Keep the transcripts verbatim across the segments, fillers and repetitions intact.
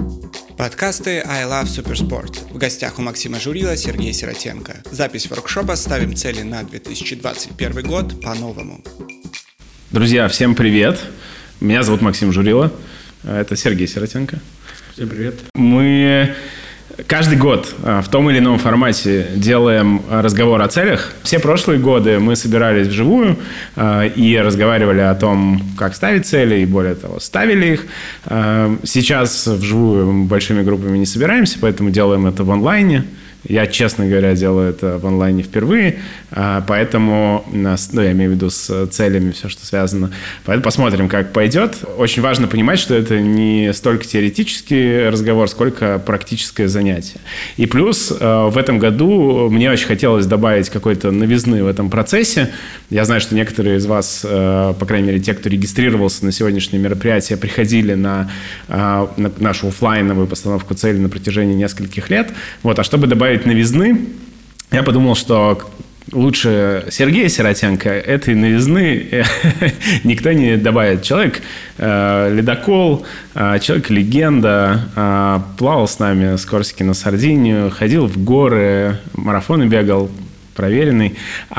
Подкасты I Love Supersport. В гостях у Максима Журила Сергей Сиротенко. Запись воркшопа «Ставим цели на две тысячи двадцать первый год по-новому». Друзья, всем привет. Меня зовут Максим Журила. Это Сергей Сиротенко. Всем привет. Мы каждый год в том или ином формате делаем разговор о целях. Все прошлые годы мы собирались вживую и разговаривали о том, как ставить цели, и более того, ставили их. Сейчас вживую большими группами не собираемся, поэтому делаем это в онлайне. Я, честно говоря, делаю это в онлайне впервые, поэтому, ну, я имею в виду с целями, все, что связано. Поэтому посмотрим, как пойдет. Очень важно понимать, что это не столько теоретический разговор, сколько практическое занятие. И плюс в этом году мне очень хотелось добавить какой-то новизны в этом процессе. Я знаю, что некоторые из вас, по крайней мере, те, кто регистрировался на сегодняшнее мероприятие, приходили на, на нашу офлайновую постановку цели на протяжении нескольких лет. Вот. А чтобы добавить новизны, я подумал, что лучше Сергея Сиротенко этой новизны никто не добавит. Человек э, ледокол, э, человек-легенда, э, плавал с нами с Корсики на Сардинию, ходил в горы, марафоны бегал, проверенный,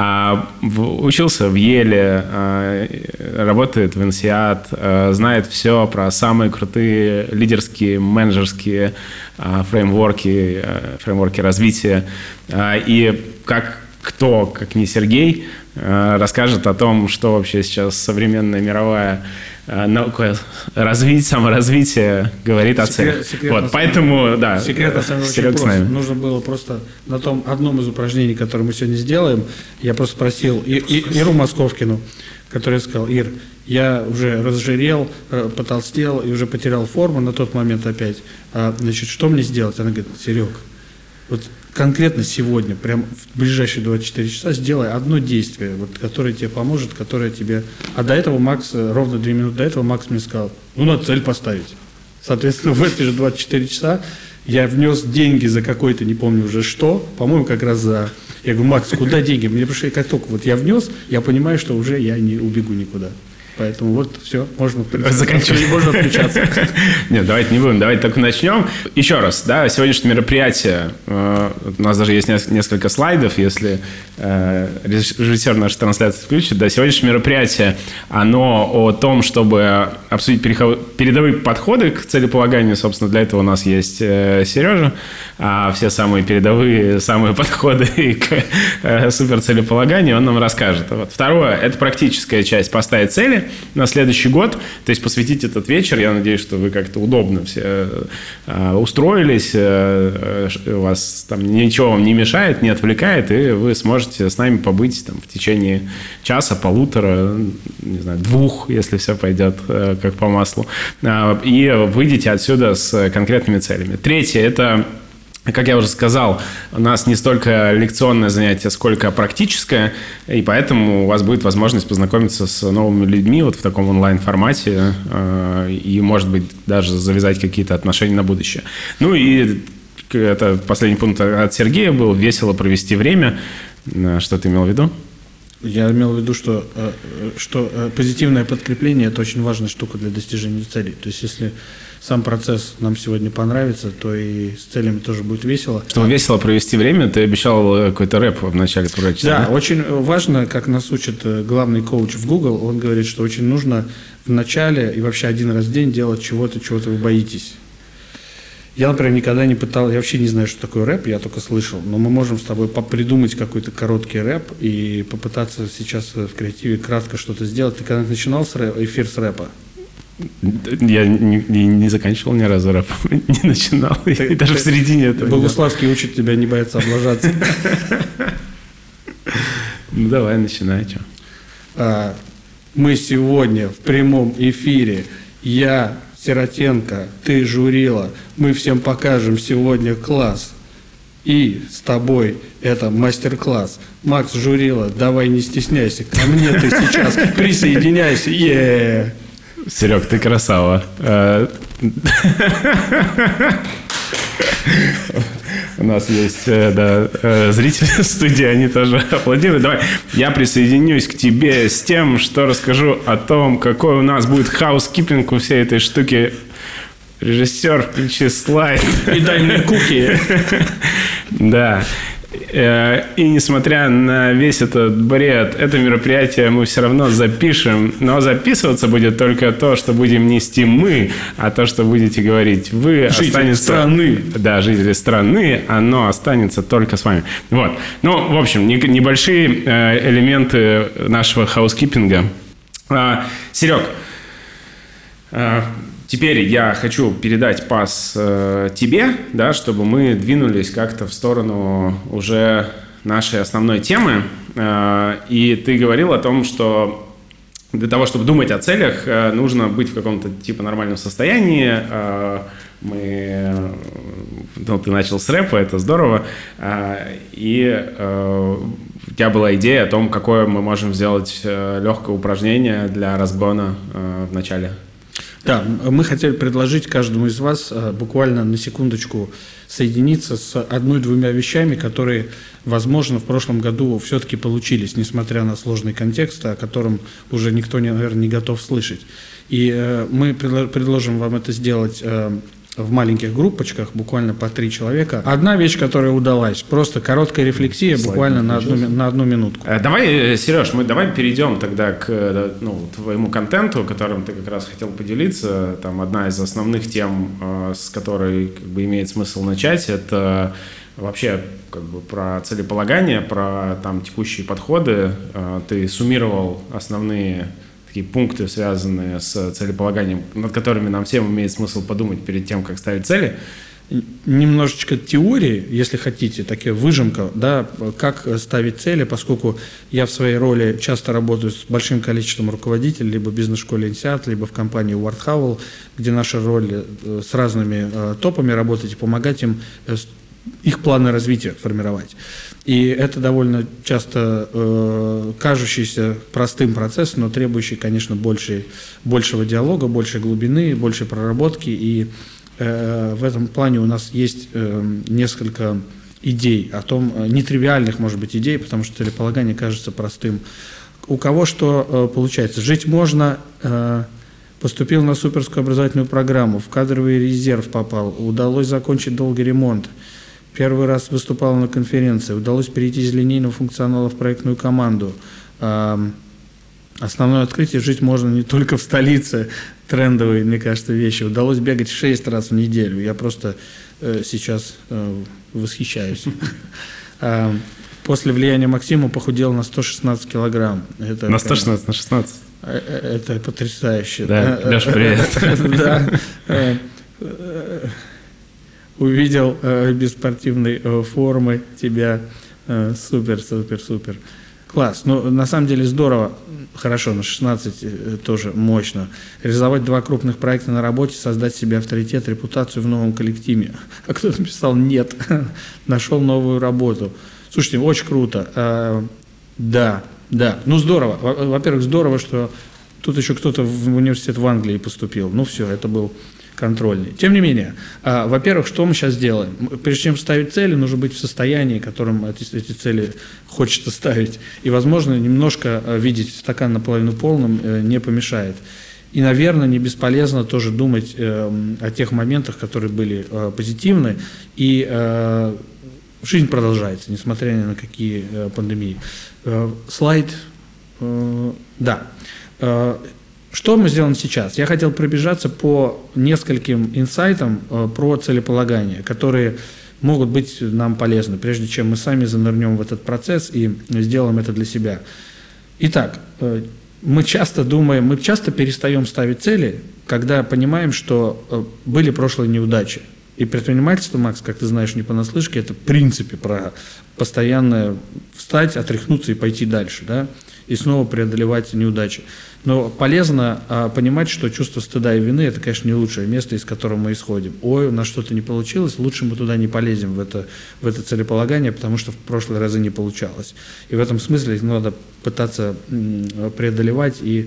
а в, учился в Еле, а, работает в Инсиад, а, знает все про самые крутые лидерские, менеджерские а, фреймворки, а, фреймворки развития. А, и как кто, как не Сергей, а, расскажет о том, что вообще сейчас современная мировая наука развития, саморазвитие говорит о целях. Вот, поэтому, да, секрет, на самом деле, очень просто. Нужно было просто на том одном из упражнений, которое мы сегодня сделаем, я просто спросил и, и, Иру Московкину, который сказал: Ир, я уже разжирел, потолстел и уже потерял форму на тот момент опять. А, значит, что мне сделать? Она говорит: Серег, вот конкретно сегодня, прям в ближайшие двадцать четыре часа сделай одно действие, вот, которое тебе поможет, которое тебе... А до этого Макс, ровно две минуты до этого Макс мне сказал: ну, надо цель поставить. Соответственно, в эти же двадцать четыре часа я внес деньги за какой-то, не помню уже что, по-моему, как раз за... Я говорю: Макс, куда деньги? Мне пришли, как только вот я внес, я понимаю, что уже я не убегу никуда. Поэтому вот все, можно заканчивать, можно включаться. Нет, давайте не будем, давайте только начнем. Еще раз, да, сегодняшнее мероприятие, э, у нас даже есть несколько слайдов, если э, режиссер нашей трансляции включит. Да, сегодняшнее мероприятие, оно о том, чтобы обсудить передовые подходы к целеполаганию. Собственно, для этого у нас есть э, Сережа, а все самые передовые, самые подходы к э, суперцелеполаганию он нам расскажет. Вот. Второе, это практическая часть, поставить цели на следующий год, то есть посвятить этот вечер. Я надеюсь, что вы как-то удобно все э, устроились, э, у вас там ничего вам не мешает, не отвлекает, и вы сможете с нами побыть там в течение часа, полутора, не знаю, двух, если все пойдет э, как по маслу, э, и выйдете отсюда с конкретными целями. Третье – это, как я уже сказал, у нас не столько лекционное занятие, сколько практическое, и поэтому у вас будет возможность познакомиться с новыми людьми вот в таком онлайн-формате и, может быть, даже завязать какие-то отношения на будущее. Ну и это последний пункт от Сергея был: весело провести время. Что ты имел в виду? Я имел в виду, что, что позитивное подкрепление – это очень важная штука для достижения целей. То есть, если сам процесс нам сегодня понравится, то и с целями тоже будет весело. Чтобы весело провести время, ты обещал какой-то рэп в начале прочитать. Да, да, очень важно, как нас учит главный коуч в Google, он говорит, что очень нужно в начале и вообще один раз в день делать чего-то, чего-то вы боитесь. Я, например, никогда не пытался, я вообще не знаю, что такое рэп, я только слышал, но мы можем с тобой придумать какой-то короткий рэп и попытаться сейчас в креативе кратко что-то сделать. Ты когда начинал с рэп, эфир с рэпа? Я не, не, не заканчивал ни разу рэп, не начинал, ты, и даже ты, в середине этого. Богуславский учит тебя не бояться облажаться. Ну давай, начинай, что. Мы сегодня в прямом эфире, я Сиротенко, ты Журила, мы всем покажем сегодня класс. И с тобой это мастер-класс. Макс Журила, давай не стесняйся, ко мне ты сейчас присоединяйся. Yeah. Серег, ты красава. У нас есть да, зрители в студии, они тоже аплодируют. Давай, я присоединюсь к тебе с тем, что расскажу о том, какой у нас будет хаускипинг у всей этой штуки. Режиссер, включи слайд. И дай мне куки. Да. И несмотря на весь этот бред, это мероприятие мы все равно запишем, но записываться будет только то, что будем нести мы, а то, что будете говорить вы, жители останется... страны. Да, жители страны, оно останется только с вами. Вот. Ну, в общем, небольшие элементы нашего хаускипинга. Серег, теперь я хочу передать пас э, тебе, да, чтобы мы двинулись как-то в сторону уже нашей основной темы. Э, и ты говорил о том, что для того, чтобы думать о целях, э, нужно быть в каком-то типа нормальном состоянии. Э, мы, ну, ты начал с рэпа, это здорово. Э, и э, у тебя была идея о том, какое мы можем сделать э, легкое упражнение для разгона э, в начале. Да, мы хотели предложить каждому из вас буквально на секундочку соединиться с одной-двумя вещами, которые, возможно, в прошлом году все-таки получились, несмотря на сложный контекст, о котором уже никто, наверное, не готов слышать. И мы предложим вам это сделать в маленьких группочках, буквально по три человека. Одна вещь, которая удалась, просто короткая рефлексия, слайд буквально на одну, на одну минутку. Давай, Сереж, мы давай перейдем тогда к, ну, твоему контенту, которым ты как раз хотел поделиться. Там одна из основных тем, с которой как бы имеет смысл начать, это вообще как бы про целеполагание, про там текущие подходы. Ты суммировал основные такие пункты, связанные с целеполаганием, над которыми нам всем имеет смысл подумать перед тем, как ставить цели. Немножечко теории, если хотите, такая выжимка, да, как ставить цели, поскольку я в своей роли часто работаю с большим количеством руководителей, либо в бизнес-школе INSEAD, либо в компании Ward Howell, где наша роль с разными э, топами работать и помогать им э, их планы развития формировать. И это довольно часто э, кажущийся простым процесс, но требующий, конечно, большей, большего диалога, большей глубины, большей проработки. И э, в этом плане у нас есть э, несколько идей о том, э, нетривиальных, может быть, идей, потому что целеполагание кажется простым. У кого что э, получается? Жить можно... Э, поступил на суперскую образовательную программу, в кадровый резерв попал, удалось закончить долгий ремонт. Первый раз выступал на конференции, удалось перейти из линейного функционала в проектную команду. Основное открытие: жить можно не только в столице, трендовые, мне кажется, вещи. Удалось бегать шесть раз в неделю, я просто сейчас восхищаюсь. После влияния Максима похудел на сто шестнадцать килограмм. Это на сто шестнадцать, на шестнадцать. Это потрясающе. Да, Леш, привет. Да. Увидел э, без спортивной э, формы тебя. Э, супер, супер, супер. Класс. Ну, на самом деле здорово. Хорошо, на шестнадцать э, тоже мощно. Реализовать два крупных проекта на работе, создать себе авторитет, репутацию в новом коллективе. А кто-то написал: нет, нашел новую работу. Слушайте, очень круто. Э, да, да. Ну, здорово. Во-первых, здорово, что тут еще кто-то в университет в Англии поступил. Ну, все, это был... контрольный. Тем не менее, а, во-первых, что мы сейчас делаем? Прежде чем ставить цели, нужно быть в состоянии, которым эти, эти цели хочется ставить. И, возможно, немножко видеть стакан наполовину полным э, не помешает. И, наверное, не бесполезно тоже думать э, о тех моментах, которые были э, позитивны. И э, жизнь продолжается, несмотря ни на какие э, пандемии. Э, слайд. Э, да. Э, Что мы сделаем сейчас? Я хотел пробежаться по нескольким инсайтам э, про целеполагание, которые могут быть нам полезны, прежде чем мы сами занырнем в этот процесс и сделаем это для себя. Итак, э, мы часто думаем, мы часто перестаем ставить цели, когда понимаем, что э, были прошлые неудачи. И предпринимательство, Макс, как ты знаешь, не понаслышке, это в принципе про постоянное встать, отряхнуться и пойти дальше, да, и снова преодолевать неудачи. Но полезно а, понимать, что чувство стыда и вины – это, конечно, не лучшее место, из которого мы исходим. Ой, у нас что-то не получилось, лучше мы туда не полезем, в это, в это целеполагание, потому что в прошлые разы не получалось. И в этом смысле надо пытаться м, преодолевать и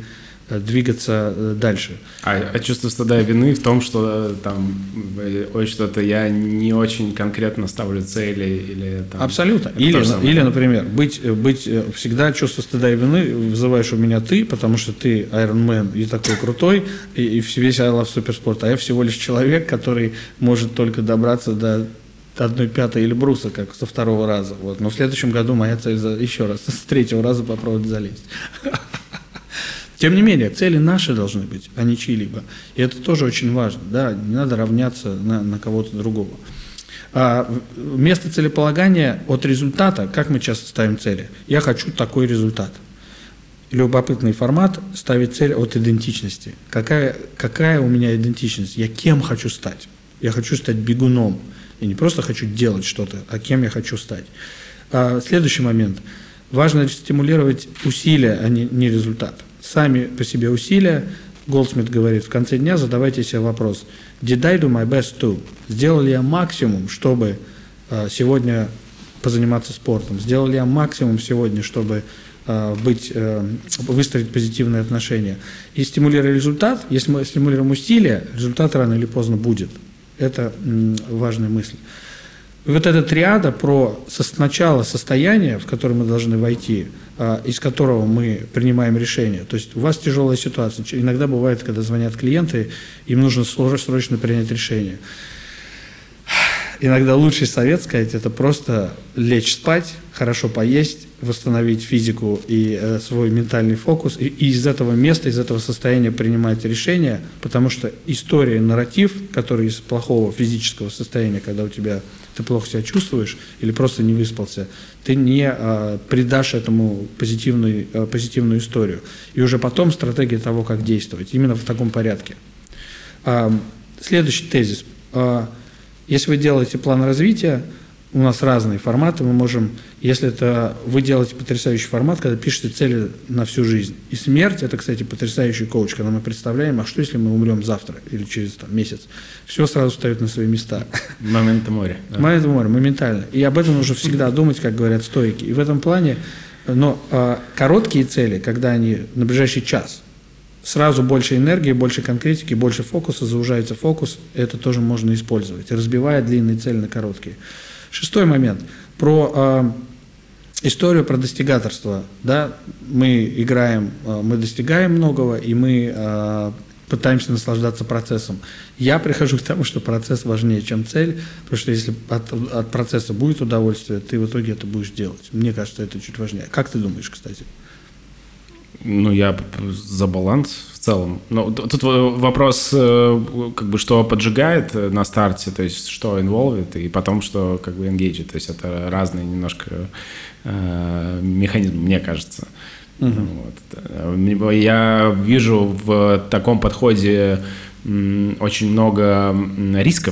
двигаться дальше. А, а чувство стыда и вины в том, что там ой, что-то я не очень конкретно ставлю цели или там... Абсолютно. Или, или, например, быть, быть всегда чувство стыда и вины вызываешь у меня ты, потому что ты Iron Man и такой крутой, и, и весь I Love Суперспорт, а я всего лишь человек, который может только добраться до одной пятой Эльбруса, как со второго раза. Вот. Но в следующем году моя цель за, еще раз, с третьего раза попробовать залезть. Тем не менее, цели наши должны быть, а не чьи-либо. И это тоже очень важно. Да? Не надо равняться на, на кого-то другого. А место целеполагания от результата, как мы часто ставим цели? Я хочу такой результат. Любопытный формат – ставить цель от идентичности. Какая, какая у меня идентичность? Я кем хочу стать? Я хочу стать бегуном. Я не просто хочу делать что-то, а кем я хочу стать. А следующий момент. Важно стимулировать усилия, а не, не результат. Сами по себе усилия, Голдсмит говорит, в конце дня задавайте себе вопрос. Did I do my best too? Сделал ли я максимум, чтобы а, сегодня позаниматься спортом? Сделал ли я максимум сегодня, чтобы а, быть, а, выстроить позитивные отношения? И стимулируя результат, если мы стимулируем усилия, результат рано или поздно будет. Это м, важная мысль. И вот эта триада про сначала состояние, в которое мы должны войти, а, из которого мы принимаем решение. То есть у вас тяжелая ситуация. Иногда бывает, когда звонят клиенты, им нужно срочно принять решение. Иногда лучший совет сказать – это просто лечь спать, хорошо поесть, восстановить физику и э, свой ментальный фокус, и, и из этого места, из этого состояния принимать решения, потому что история, нарратив, который из плохого физического состояния, когда у тебя ты плохо себя чувствуешь или просто не выспался, ты не э, придашь этому позитивную, э, позитивную историю. И уже потом стратегия того, как действовать, именно в таком порядке. Э, следующий тезис. Э, Если вы делаете план развития, у нас разные форматы, мы можем, если это вы делаете потрясающий формат, когда пишете цели на всю жизнь. И смерть – это, кстати, потрясающий коуч, когда мы представляем, а что, если мы умрем завтра или через там, месяц? Все сразу встает на свои места. Момент моря. Да. Момент моря, моментально. И об этом нужно всегда думать, как говорят стоики. И в этом плане, но а, короткие цели, когда они на ближайший час, сразу больше энергии, больше конкретики, больше фокуса, заужается фокус, это тоже можно использовать, разбивая длинные цели на короткие. Шестой момент. Про э, историю про достигаторство. Да? Мы играем, э, мы достигаем многого, и мы э, пытаемся наслаждаться процессом. Я прихожу к тому, что процесс важнее, чем цель, потому что если от, от процесса будет удовольствие, ты в итоге это будешь делать. Мне кажется, это чуть важнее. Как ты думаешь, кстати? Ну, я за баланс в целом. Но тут вопрос, как бы, что поджигает на старте, то есть что инволвит, и потом, что как бы engage. То есть это разные немножко э, механизмы, мне кажется. Uh-huh. Вот. Я вижу в таком подходе очень много рисков.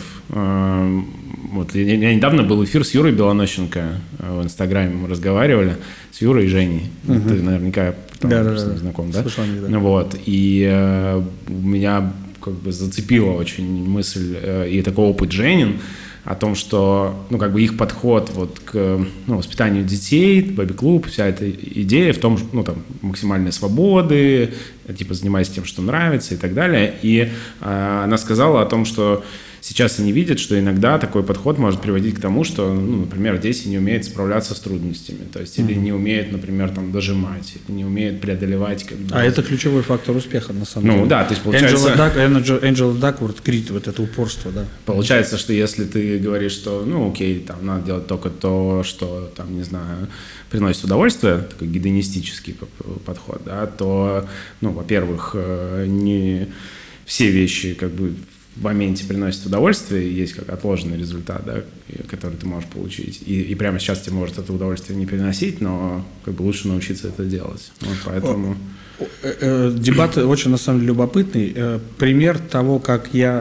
Вот. Я недавно был эфир с Юрой Белонощенко в Инстаграме, мы разговаривали с Юрой и Женей. Uh-huh. Ты наверняка там, да, да, да. знаком, да? Слышал, да. Вот. И э, меня как бы зацепила очень мысль э, и такой опыт Женин о том, что, ну, как бы их подход вот к, ну, воспитанию детей, бэби-клуб, вся эта идея в том, ну, там, максимальной свободы, типа, занимаясь тем, что нравится и так далее. И э, она сказала о том, что сейчас они видят, что иногда такой подход может приводить к тому, что, ну, например, дети не умеют справляться с трудностями, то есть, mm-hmm. или не умеют, например, там, дожимать, или не умеют преодолевать. Как бы... А это ключевой фактор успеха, на самом ну, деле. Ну, да, то есть, получается... Энджела Дакворд говорит вот это упорство, да. Получается, что если ты говоришь, что, ну, окей, там, надо делать только то, что, там, не знаю, приносит удовольствие, такой гедонистический подход, да, то, ну, во-первых, не все вещи, как бы, в моменте приносит удовольствие, есть как отложенный результат, да, который ты можешь получить. И, и прямо сейчас тебе может это удовольствие не приносить, но как бы лучше научиться это делать. Вот поэтому... Дебат очень, на самом деле, любопытный. Пример того, как я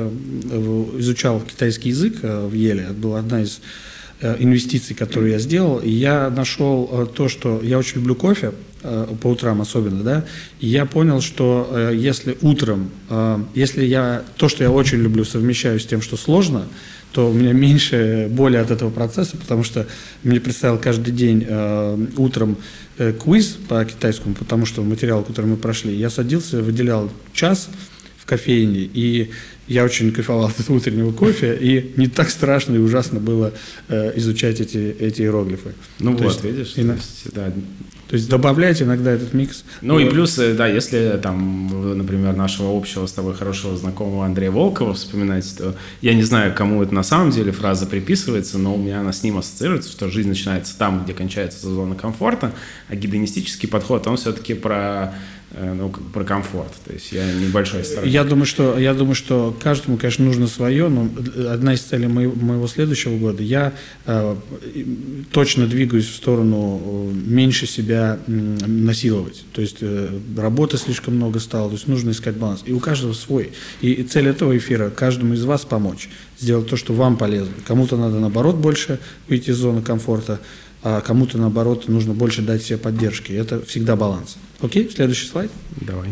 изучал китайский язык в Еле, это была одна из инвестиций, которую я сделал, и я нашел то, что я очень люблю кофе, по утрам особенно, да, и я понял, что если утром, если я то, что я очень люблю, совмещаю с тем, что сложно, то у меня меньше боли от этого процесса, потому что мне предстоял каждый день э, утром э, квиз по китайскому, потому что материал, который мы прошли, я садился, выделял час в кофейне, и я очень кайфовал от этого утреннего кофе, и не так страшно и ужасно было э, изучать эти, эти иероглифы. Ну то вот, есть, видишь, и, то есть, да. То есть добавлять иногда этот микс. Ну и плюс, да, если там, например, нашего общего с тобой хорошего знакомого Андрея Волкова вспоминать, то я не знаю, кому это на самом деле фраза приписывается, но у меня она с ним ассоциируется, что жизнь начинается там, где кончается зона комфорта, а гедонистический подход, он все-таки про, ну, про комфорт. То есть я небольшой сторонник. Я думаю, что, я думаю, что каждому, конечно, нужно свое, но одна из целей моего, моего следующего года, я э, точно двигаюсь в сторону меньше себя насиловать. То есть э, работы слишком много стало, то есть нужно искать баланс. И у каждого свой. И, и цель этого эфира каждому из вас помочь, сделать то, что вам полезно. Кому-то надо, наоборот, больше выйти из зоны комфорта, а кому-то, наоборот, нужно больше дать себе поддержки. Это всегда баланс. Окей? Следующий слайд. Давай.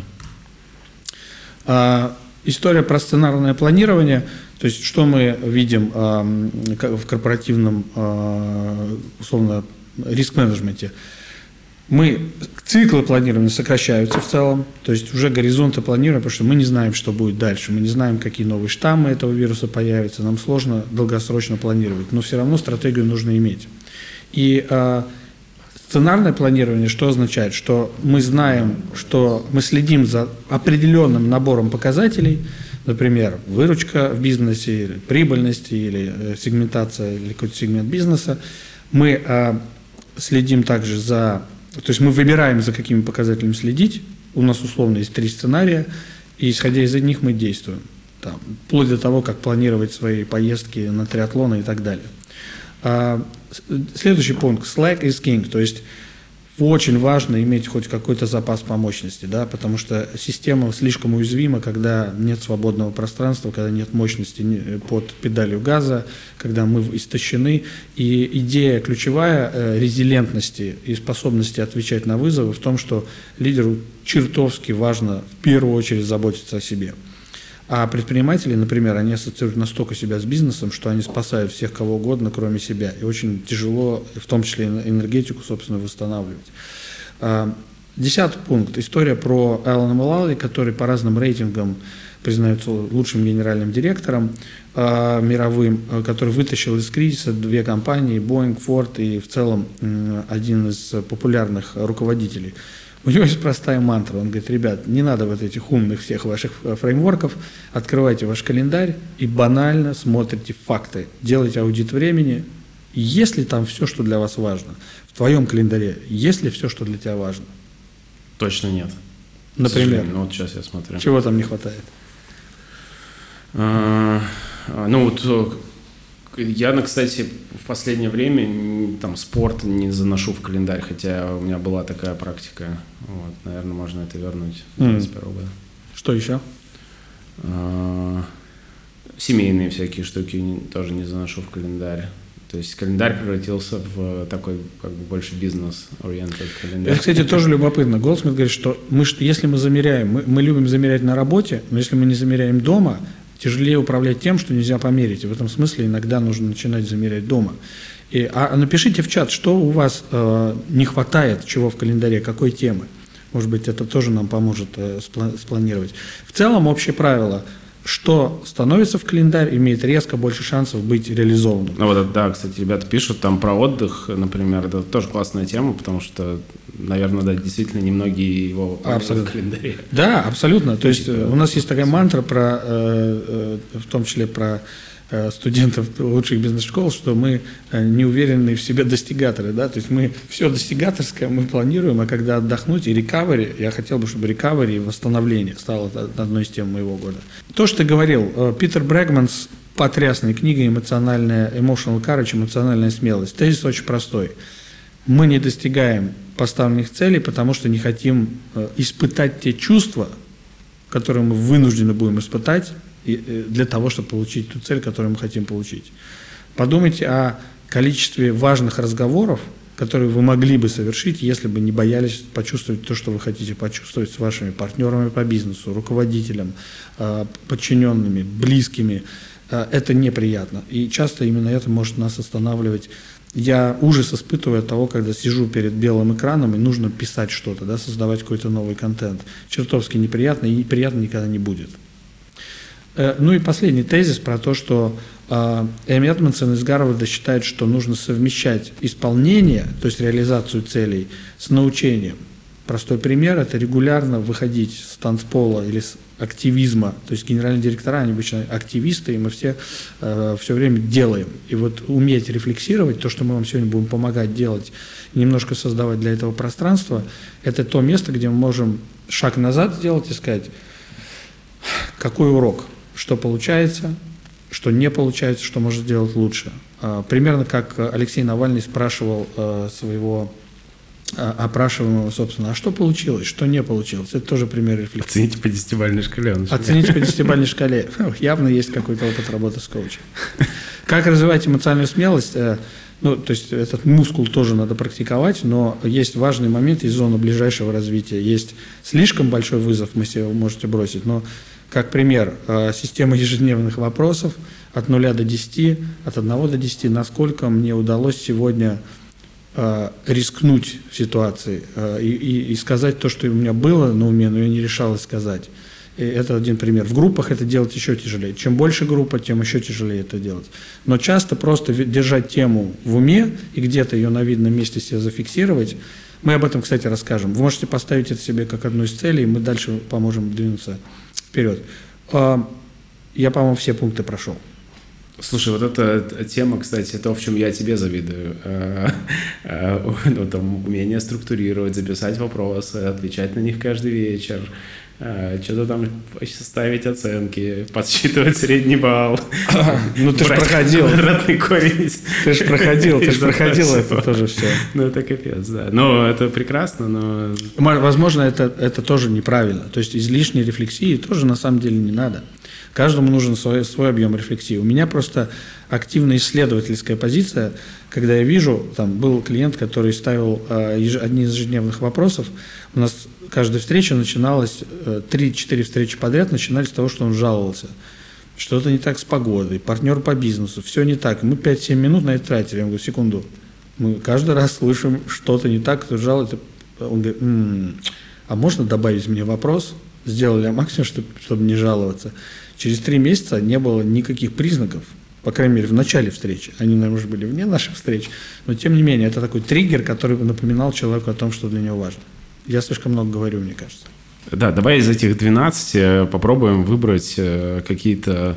А, история про сценарное планирование. То есть, что мы видим а, в корпоративном, а, условно, риск-менеджменте. Мы, циклы планирования сокращаются в целом, то есть уже горизонты планирования, потому что мы не знаем, что будет дальше, мы не знаем, какие новые штаммы этого вируса появятся, нам сложно долгосрочно планировать, но все равно стратегию нужно иметь. И э, сценарное планирование что означает? Что мы знаем, что мы следим за определенным набором показателей, например, выручка в бизнесе, или прибыльность, или э, сегментация, или какой-то сегмент бизнеса. Мы э, следим также за... То есть мы выбираем, за какими показателями следить. У нас условно есть три сценария, и исходя из них мы действуем. Там, вплоть до того, как планировать свои поездки на триатлоны и так далее. А, следующий пункт. Slack is king. То есть очень важно иметь хоть какой-то запас по мощности, да, потому что система слишком уязвима, когда нет свободного пространства, когда нет мощности под педалью газа, когда мы истощены. И идея ключевая э, резилентности и способности отвечать на вызовы в том, что лидеру чертовски важно в первую очередь заботиться о себе. А предприниматели, например, они ассоциируют настолько себя с бизнесом, что они спасают всех кого угодно, кроме себя. И очень тяжело, в том числе энергетику, собственно, восстанавливать. Десятый пункт. История про Алана Мулалли, который по разным рейтингам признается лучшим генеральным директором э, мировым, который вытащил из кризиса две компании, Boeing, Ford и в целом э, один из популярных руководителей. У него есть простая мантра. Он говорит: ребят, не надо вот этих умных всех ваших фреймворков, открывайте ваш календарь и банально смотрите факты, делайте аудит времени. Есть ли там все, что для вас важно? В твоем календаре есть ли все, что для тебя важно? Точно нет. Например? Ну вот сейчас я смотрю. Чего там не хватает? А, ну вот я, кстати, в последнее время там спорт не заношу в календарь, хотя у меня была такая практика. Вот, наверное, можно это вернуть с двадцать первого года. Что еще? А, семейные всякие штуки тоже не заношу в календарь. То есть календарь превратился в такой как бы больше бизнес-ориентед календарь. Это, кстати, тоже любопытно. Голдсмит говорит, что мы, если мы замеряем, мы, мы любим замерять на работе, но если мы не замеряем дома, тяжелее управлять тем, что нельзя померить. И в этом смысле иногда нужно начинать замерять дома. И, а напишите в чат, что у вас э, не хватает, чего в календаре, какой темы. Может быть, это тоже нам поможет э, спла- спланировать. В целом, общее правило – что становится в календарь, имеет резко больше шансов быть реализованным. Ну вот, да, кстати, ребята пишут там про отдых, например, это тоже классная тема, потому что, наверное, да, действительно немногие его абсолютно. В календаре. Да, абсолютно. То есть у нас есть такая мантра про, э, э, в том числе про э, студентов лучших бизнес-школ, что мы э, не уверенные в себе достигаторы, да, то есть мы все достигаторское мы планируем, а когда отдохнуть и рекавери, я хотел бы, чтобы рекавери и восстановление стало одной из тем моего года. То, что ты говорил, э, Питер Брэгман с потрясной книгой «Эмоциональная emotional courage», «Эмоциональная смелость». Тезис очень простой. Мы не достигаем поставленных целей, потому что не хотим э, испытать те чувства, которые мы вынуждены будем испытать и, э, для того, чтобы получить ту цель, которую мы хотим получить. Подумайте о количестве важных разговоров, которые вы могли бы совершить, если бы не боялись почувствовать то, что вы хотите почувствовать с вашими партнерами по бизнесу, руководителем, подчиненными, близкими. Это неприятно. И часто именно это может нас останавливать. Я ужас испытываю от того, когда сижу перед белым экраном и нужно писать что-то, да, создавать какой-то новый контент. Чертовски неприятно, и приятно никогда не будет. Ну и последний тезис про то, что Эми Эдмонсон из Гарварда считает, что нужно совмещать исполнение, то есть реализацию целей, с научением. Простой пример – это регулярно выходить с танцпола или с активизма, то есть генеральные директора, они обычно активисты, и мы все э, все время делаем. И вот уметь рефлексировать, то, что мы вам сегодня будем помогать делать, немножко создавать для этого пространство, это то место, где мы можем шаг назад сделать и сказать, какой урок, что получается, что не получается, что можно сделать лучше. Э, примерно как Алексей Навальный спрашивал э, своего опрашиваемого, собственно, а что получилось, что не получилось. Это тоже пример рефлексии. Оцените по десятибалльной шкале. Оцените по десятибалльной шкале. Явно есть какой-то опыт работы с коучем. Как развивать эмоциональную смелость? Ну, то есть этот мускул тоже надо практиковать, но есть важный момент из зоны ближайшего развития. Есть слишком большой вызов, вы себе можете бросить, но, как пример, система ежедневных вопросов от нуля до десяти, от одного до десяти, насколько мне удалось сегодня рискнуть в ситуации и, и, и сказать то, что у меня было на уме, но я не решалась сказать. И это один пример. В группах это делать еще тяжелее. Чем больше группа, тем еще тяжелее это делать. Но часто просто держать тему в уме и где-то ее на видном месте себе зафиксировать. Мы об этом, кстати, расскажем. Вы можете поставить это себе как одну из целей, и мы дальше поможем двинуться вперед. Я, по-моему, все пункты прошел. Слушай, вот эта тема, кстати, то, в чем я тебе завидую. Ну, там, умение структурировать, записать вопросы, отвечать на них каждый вечер, что-то там ставить оценки, подсчитывать средний балл. Ну, ты же проходил. Квадратный корень. Ты же проходил, ты же проходил это тоже все. Ну, это капец, да. Но это прекрасно, но... Возможно, это, это тоже неправильно. То есть излишней рефлексии тоже на самом деле не надо. Каждому нужен свой, свой объем рефлексии. У меня просто активно исследовательская позиция, когда я вижу, там был клиент, который ставил э, еж, одни из ежедневных вопросов. У нас каждая встреча начиналась, э, три-четыре встречи подряд начинались с того, что он жаловался. Что-то не так с погодой, партнер по бизнесу, все не так. И мы пять-семь минут на это тратили. Я говорю, секунду. Мы каждый раз слышим, что-то не так, кто жалуется. Он говорит, м-м, а можно добавить мне вопрос? Сделали максимум, чтобы, чтобы не жаловаться. Через три месяца не было никаких признаков, по крайней мере, в начале встречи. Они, наверное, уже были вне наших встреч, но, тем не менее, это такой триггер, который напоминал человеку о том, что для него важно. Я слишком много говорю, мне кажется. Да, давай из этих двенадцати попробуем выбрать какие-то,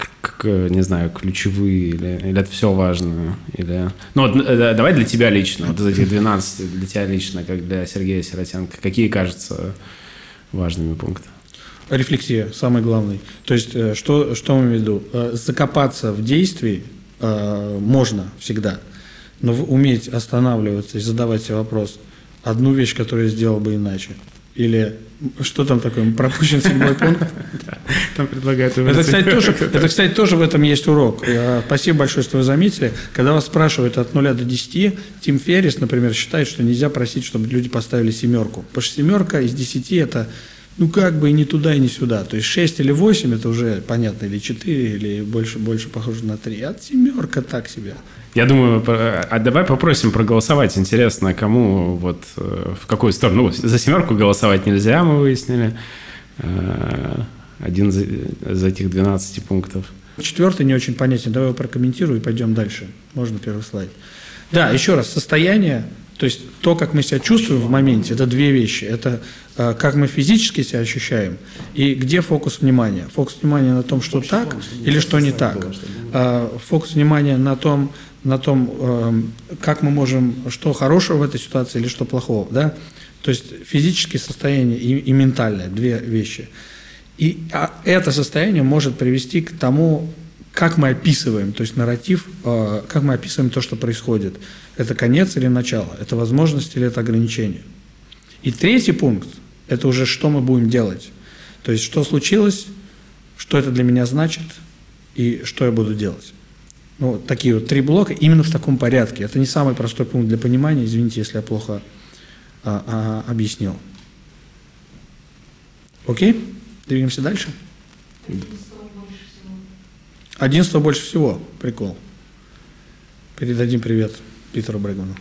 не знаю, ключевые, или, или это все важно, или... Ну, вот, давай для тебя лично, вот из этих двенадцати, для тебя лично, как для Сергея Сиротенко, какие кажутся важными пункты? Рефлексия, самый главный. То есть, что, что мы имеем в виду? Закопаться в действии э, можно всегда, но уметь останавливаться и задавать себе вопрос, одну вещь, которую я сделал бы иначе. Или что там такое, пропущен седьмой пункт? Там предлагают... Это, кстати, тоже, это, кстати, тоже в этом есть урок. Спасибо большое, что вы заметили. Когда вас спрашивают от нуля до десяти, Тим Феррис, например, считает, что нельзя просить, чтобы люди поставили семерку. Потому что семерка из десяти – это... Ну, как бы и не туда, и не сюда. То есть шесть или восемь – это уже понятно, или четыре, или больше, больше похоже на три. А семерка так себе. Я думаю, а давай попросим проголосовать. Интересно, кому, вот, в какую сторону. Ну, за семерку голосовать нельзя, мы выяснили. Один из этих двенадцати пунктов. Четвертый не очень понятен. Давай его прокомментирую и пойдем дальше. Можно первый слайд. Да, еще раз, состояние. То есть то, как мы себя чувствуем в моменте, это две вещи. Это э, как мы физически себя ощущаем и где фокус внимания. Фокус внимания на том, что так или что не так. Э, фокус внимания на том, на том э, как мы можем, что хорошего в этой ситуации или что плохого. Да? То есть физическое состояние и, и ментальное, две вещи. И а это состояние может привести к тому, как мы описываем, то есть нарратив, э, как мы описываем то, что происходит. Это конец или начало, это возможность или это ограничение. И третий пункт – это уже что мы будем делать. То есть что случилось, что это для меня значит и что я буду делать. Ну, вот такие вот три блока именно в таком порядке. Это не самый простой пункт для понимания. Извините, если я плохо а, а, объяснил. Окей? Двигаемся дальше. Одиннадцатого больше всего. Прикол. Передадим привет Питеру Брэгману.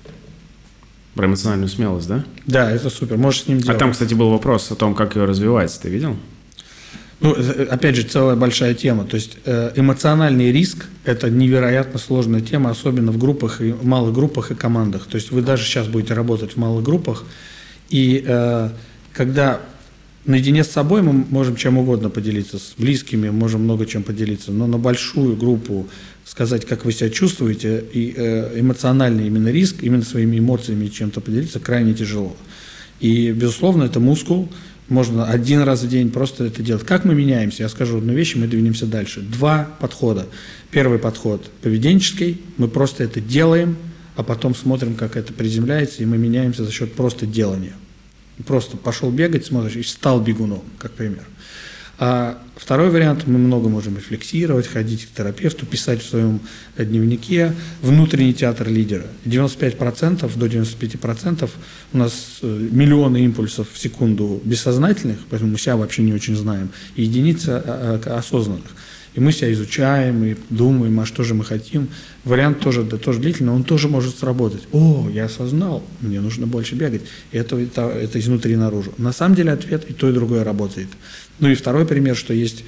Про эмоциональную смелость, да? Да, это супер. Можешь с ним делать. А там, кстати, был вопрос о том, как ее развивать. Ты видел? Ну, опять же, целая большая тема. То есть эмоциональный риск – это невероятно сложная тема, особенно в группах, и в малых группах и командах. То есть вы даже сейчас будете работать в малых группах, и э, когда наедине с собой мы можем чем угодно поделиться, с близкими можем много чем поделиться, но на большую группу сказать, как вы себя чувствуете, и э, эмоциональный именно риск, именно своими эмоциями чем-то поделиться крайне тяжело. И, безусловно, это мускул. Можно один раз в день просто это делать. Как мы меняемся? Я скажу одну вещь, и мы двинемся дальше. Два подхода. Первый подход поведенческий. Мы просто это делаем, а потом смотрим, как это приземляется, и мы меняемся за счет просто делания. Просто пошел бегать, смотришь, и стал бегуном, как пример. А второй вариант, мы много можем рефлексировать, ходить к терапевту, писать в своем дневнике. Внутренний театр лидера. девяносто пять процентов до девяноста пяти процентов у нас миллионы импульсов в секунду бессознательных, поэтому мы себя вообще не очень знаем, и единицы осознанных. И мы себя изучаем, и думаем, а что же мы хотим. Вариант тоже, да, тоже длительный, он тоже может сработать. О, я осознал, мне нужно больше бегать. И это, это, это изнутри наружу. На самом деле ответ и то, и другое работает. Ну и второй пример, что есть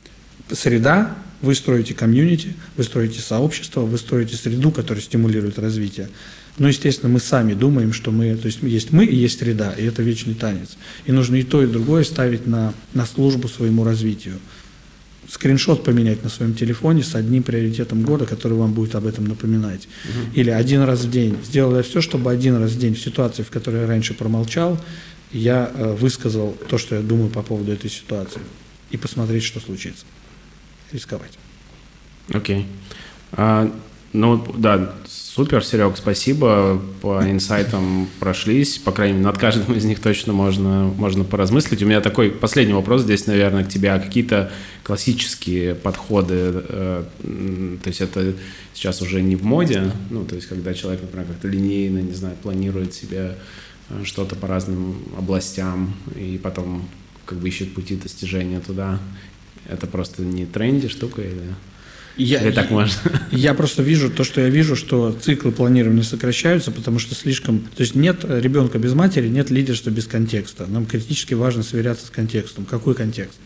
среда, вы строите комьюнити, вы строите сообщество, вы строите среду, которая стимулирует развитие. Ну, естественно, мы сами думаем, что мы, то есть есть мы и есть среда, и это вечный танец. И нужно и то, и другое ставить на, на службу своему развитию. Скриншот поменять на своем телефоне с одним приоритетом года, который вам будет об этом напоминать. Угу. Или один раз в день. Сделал я все, чтобы один раз в день в ситуации, в которой я раньше промолчал, я э, высказал то, что я думаю по поводу этой ситуации. И посмотреть, что случится. Рисковать. Окей. Okay. А, ну, да, супер, Серег, спасибо. По инсайтам прошлись. По крайней мере, над каждым из них точно можно, можно поразмыслить. У меня такой последний вопрос здесь, наверное, к тебе. Какие-то классические подходы, э, то есть это сейчас уже не в моде, ну, то есть когда человек, например, как-то линейно, не знаю, планирует себе что-то по разным областям и потом как бы ищет пути достижения туда. Это просто не тренди штука или... Я, Или так я, можно? Я просто вижу то, что я вижу, что циклы планирования сокращаются, потому что слишком... То есть нет ребенка без матери, нет лидерства без контекста. Нам критически важно сверяться с контекстом. Какой контекст?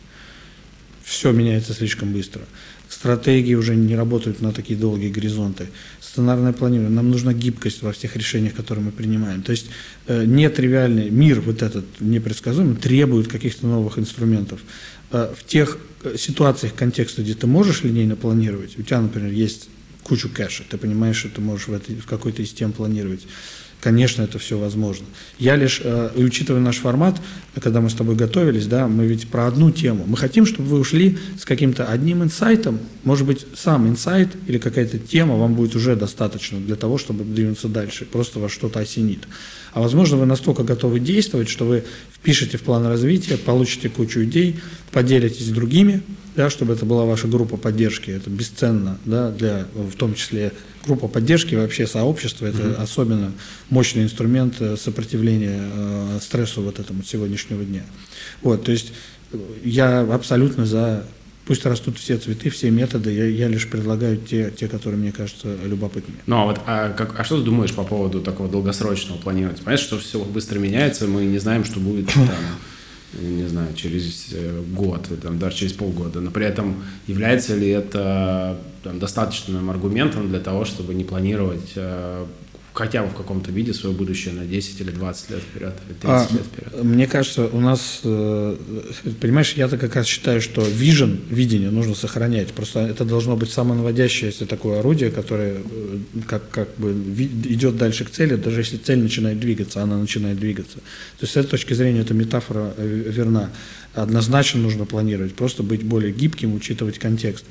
Все меняется слишком быстро. Стратегии уже не работают на такие долгие горизонты. Сценарное планирование. Нам нужна гибкость во всех решениях, которые мы принимаем. То есть э, нетривиальный мир, вот этот непредсказуемый, требует каких-то новых инструментов. Э, в тех ситуациях контекста, где ты можешь линейно планировать, у тебя, например, есть кучу кэша, ты понимаешь, что ты можешь в, этой, в какой-то из тем планировать. Конечно, это все возможно. Я лишь, э, и учитывая наш формат, когда мы с тобой готовились, да, мы ведь про одну тему. Мы хотим, чтобы вы ушли с каким-то одним инсайтом. Может быть, сам инсайт или какая-то тема вам будет уже достаточно для того, чтобы двинуться дальше. Просто вас что-то осенит. А возможно, вы настолько готовы действовать, что вы впишете в план развития, получите кучу идей, поделитесь с другими, да, чтобы это была ваша группа поддержки. Это бесценно, да, для, в том числе группа поддержки, вообще сообщество. Это mm-hmm. особенно мощный инструмент сопротивления э, стрессу вот этому сегодняшнего дня. Вот, то есть я абсолютно за... Пусть растут все цветы, все методы, я, я лишь предлагаю те, те, которые мне кажутся любопытными. Ну, а вот а, как, а что ты думаешь по поводу такого долгосрочного планирования? Понимаешь, что все быстро меняется, мы не знаем, что будет там, не знаю, через год, там, даже через полгода. Но при этом является ли это там, достаточным аргументом для того, чтобы не планировать э, хотя бы в каком-то виде свое будущее на десять или двадцать лет вперед, или тридцать а, лет вперед? Мне кажется, у нас, понимаешь, я-то как раз считаю, что vision, видение нужно сохранять. Просто это должно быть самонаводящееся такое орудие, которое как, как бы идет дальше к цели, даже если цель начинает двигаться, она начинает двигаться. То есть с этой точки зрения эта метафора верна. Однозначно нужно планировать, просто быть более гибким, учитывать контекст.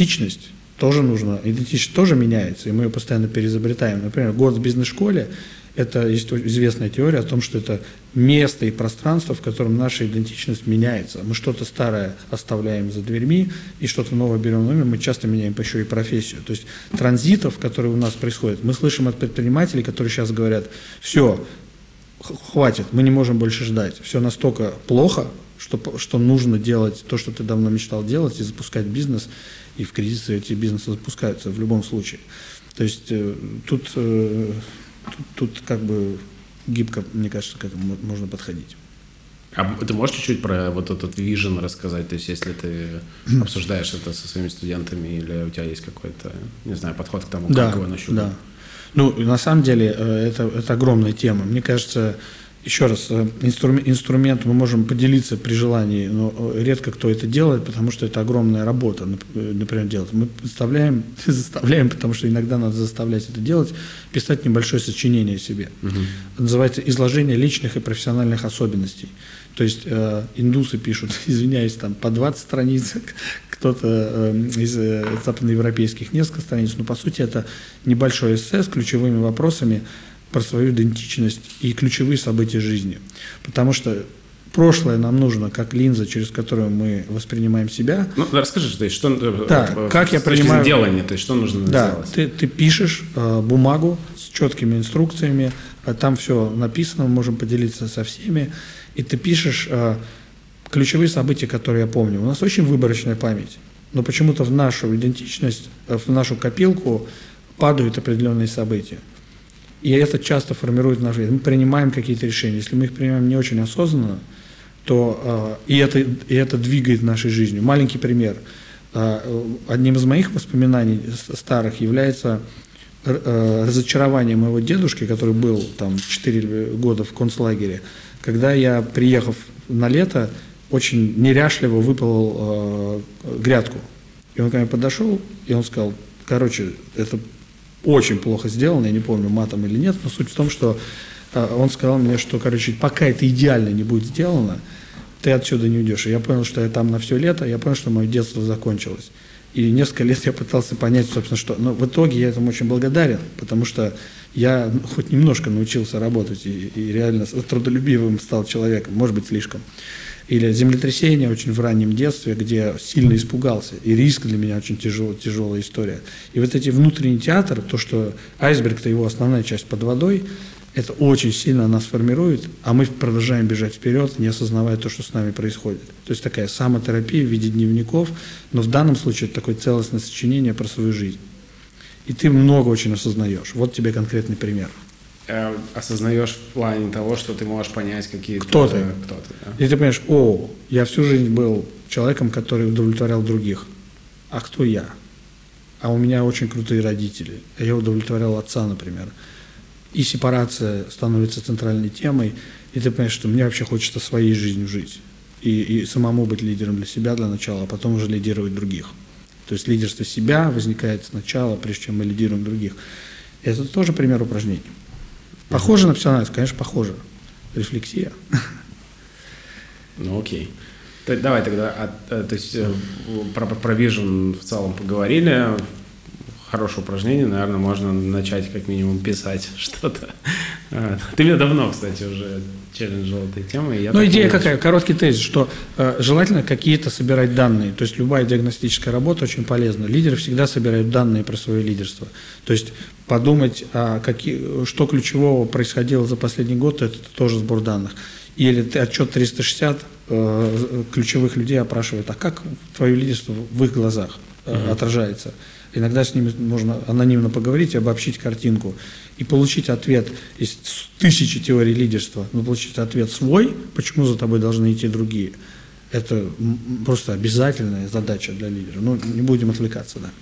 Идентичность тоже нужно, идентичность тоже меняется, и мы ее постоянно переизобретаем. Например, год в бизнес-школе Это есть известная теория о том, что это место и пространство, в котором наша идентичность меняется. Мы что-то старое оставляем за дверьми и что-то новое берем в мы часто меняем еще и профессию. То есть транзитов, которые у нас происходят, мы слышим от предпринимателей, которые сейчас говорят, все, хватит, мы не можем больше ждать, все настолько плохо, что, что нужно делать то, что ты давно мечтал делать, и запускать бизнес, и в кризис эти бизнесы запускаются в любом случае. То есть э, тут, э, тут, тут как бы гибко, мне кажется, к этому можно подходить. А ты можешь чуть-чуть про вот этот вижен рассказать? То есть если ты обсуждаешь это со своими студентами или у тебя есть какой-то, не знаю, подход к тому, как да, его нащупать? Да. Ну, на самом деле это, это огромная тема. Мне кажется, еще раз, инструмент, инструмент мы можем поделиться при желании, но редко кто это делает, потому что это огромная работа, например, делать. Мы заставляем, заставляем, потому что иногда надо заставлять это делать, писать небольшое сочинение себе. Угу. Называется «Изложение личных и профессиональных особенностей». То есть э, индусы пишут, извиняюсь, там по двадцать страниц, кто-то э, из э, западноевропейских несколько страниц, но по сути это небольшое эссе с ключевыми вопросами про свою идентичность и ключевые события жизни. Потому что прошлое нам нужно как линза, через которую мы воспринимаем себя. Ну, расскажи, то есть, что да, э, как я понимаю, делание, то есть что нужно да, сделать? Ты, ты пишешь э, бумагу с четкими инструкциями, а там все написано, мы можем поделиться со всеми, и ты пишешь э, ключевые события, которые я помню. У нас очень выборочная память, но почему-то в нашу идентичность, в нашу копилку падают определенные события. И это часто формирует нашу жизнь. Мы принимаем какие-то решения. Если мы их принимаем не очень осознанно, то э, и, это, и это двигает нашей жизнью. Маленький пример. Э, одним из моих воспоминаний старых является э, разочарование моего дедушки, который был там четыре года в концлагере, когда я, приехав на лето, очень неряшливо выпалол э, грядку. И он ко мне подошел, и он сказал, короче, это очень плохо сделано, я не помню, матом или нет, но суть в том, что э, он сказал мне, что, короче, пока это идеально не будет сделано, ты отсюда не уйдешь. И я понял, что я там на все лето, я понял, что мое детство закончилось. И несколько лет я пытался понять, собственно, что... Но в итоге я этому очень благодарен, потому что я хоть немножко научился работать и, и реально трудолюбивым стал человеком, может быть, слишком. Или землетрясение очень в раннем детстве, где сильно испугался. И риск для меня очень тяжел, тяжелая история. И вот эти внутренний театр, то, что айсберг-то его основная часть под водой, это очень сильно нас формирует, а мы продолжаем бежать вперед, не осознавая то, что с нами происходит. То есть такая самотерапия в виде дневников, но в данном случае это такое целостное сочинение про свою жизнь. И ты много очень осознаешь. Вот тебе конкретный пример. Э, осознаешь в плане того, что ты можешь понять какие-то... Кто ты? Кто ты, да? И ты понимаешь, о, я всю жизнь был человеком, который удовлетворял других. А кто я? А у меня очень крутые родители. Я удовлетворял отца, например. И сепарация становится центральной темой, и ты понимаешь, что мне вообще хочется своей жизнью жить. И, и самому быть лидером для себя для начала, а потом уже лидировать других. То есть лидерство себя возникает сначала, прежде чем мы лидируем других. Это тоже пример упражнений. Похоже на психоанализ? Конечно, похоже. Рефлексия. Ну окей. Давай тогда, а, то есть про, про Vision в целом поговорили. Хорошее упражнение, наверное, можно начать как минимум писать что-то. Ты меня давно, кстати, уже челленджил этой темой. Ну, идея какая? Короткий тезис, что э, желательно какие-то собирать данные. То есть любая диагностическая работа очень полезна. Лидеры всегда собирают данные про свое лидерство. То есть подумать, а какие, что ключевого происходило за последний год, это тоже сбор данных. Или отчет триста шестьдесят э, ключевых людей опрашивает, а как твое лидерство в их глазах э, mm-hmm. отражается. Иногда с ними можно анонимно поговорить и обобщить картинку. И получить ответ из тысячи теорий лидерства, но получить ответ свой, почему за тобой должны идти другие. Это просто обязательная задача для лидера. Ну, не будем отвлекаться, да.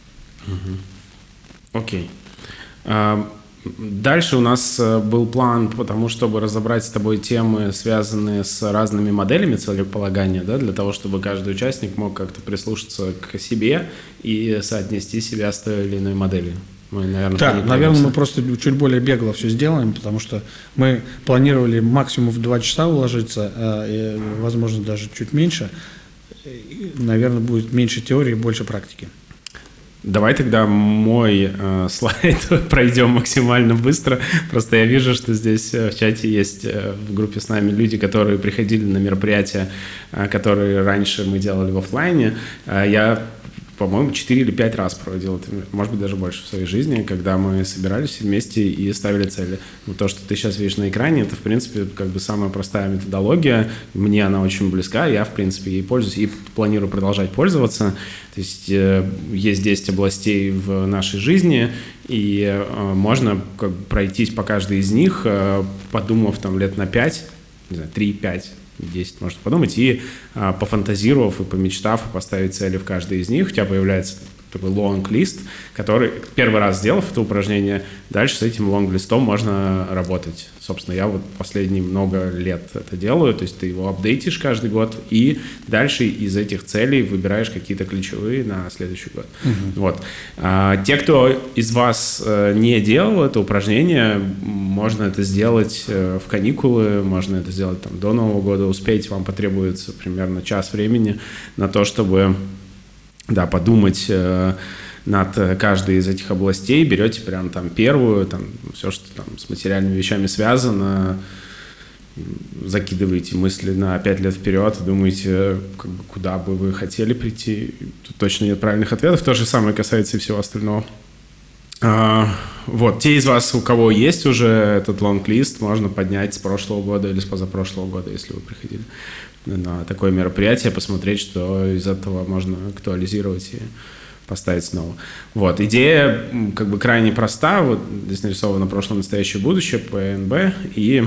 Окей. Okay. Uh, дальше у нас был план по тому, чтобы разобрать с тобой темы, связанные с разными моделями целеполагания, да, для того, чтобы каждый участник мог как-то прислушаться к себе и соотнести себя с той или иной моделью. Мы, наверное, да, наверное, мы просто чуть более бегло все сделаем, потому что мы планировали максимум в два часа уложиться, а, и, возможно, даже чуть меньше. И, наверное, будет меньше теории, больше практики. Давай тогда мой э, слайд пройдем максимально быстро. Просто я вижу, что здесь в чате есть э, в группе с нами люди, которые приходили на мероприятия, э, которые раньше мы делали в офлайне. Э, я, по-моему, четыре или пять раз проводил это, может быть, даже больше в своей жизни, когда мы собирались вместе и ставили цели. Вот то, что ты сейчас видишь на экране, это, в принципе, как бы самая простая методология. Мне она очень близка, я, в принципе, ей пользуюсь и планирую продолжать пользоваться. То есть э, есть десять областей в нашей жизни, и э, можно как бы пройтись по каждой из них, э, подумав там лет на пять, не знаю, три, пять, десять, можно подумать, и э, пофантазировав, и помечтав, и поставить цели в каждой из них, у тебя появляется такой лонг-лист, который, первый раз сделав это упражнение, дальше с этим лонг-листом можно работать. Собственно, я вот последние много лет это делаю, то есть ты его апдейтишь каждый год, и дальше из этих целей выбираешь какие-то ключевые на следующий год. Uh-huh. Вот. А, те, кто из вас а, не делал это упражнение, можно это сделать а, в каникулы, можно это сделать там, до Нового года, успеть, вам потребуется примерно час времени на то, чтобы да, подумать э, над каждой из этих областей, берете прям там первую, там все, что там с материальными вещами связано, закидываете мысли на пять лет вперед, думаете, как бы, куда бы вы хотели прийти. Тут точно нет правильных ответов. То же самое касается и всего остального. А, вот, те из вас, у кого есть уже этот лонг-лист, можно поднять с прошлого года или с позапрошлого года, если вы приходили на такое мероприятие, посмотреть, что из этого можно актуализировать и поставить снова. Вот, идея как бы крайне проста. Вот здесь нарисовано прошлое, настоящее, будущее, П Н Б и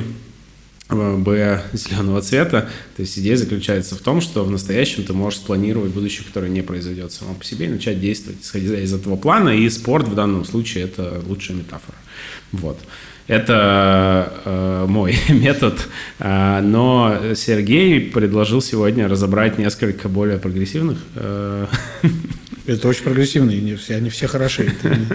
Б зеленого цвета. То есть идея заключается в том, что в настоящем ты можешь спланировать будущее, которое не произойдет само по себе, и начать действовать, исходя из этого плана, и спорт в данном случае – это лучшая метафора. Вот. Это э, мой метод, э, но Сергей предложил сегодня разобрать несколько более прогрессивных. Э, Это очень прогрессивные, они все, они все хороши.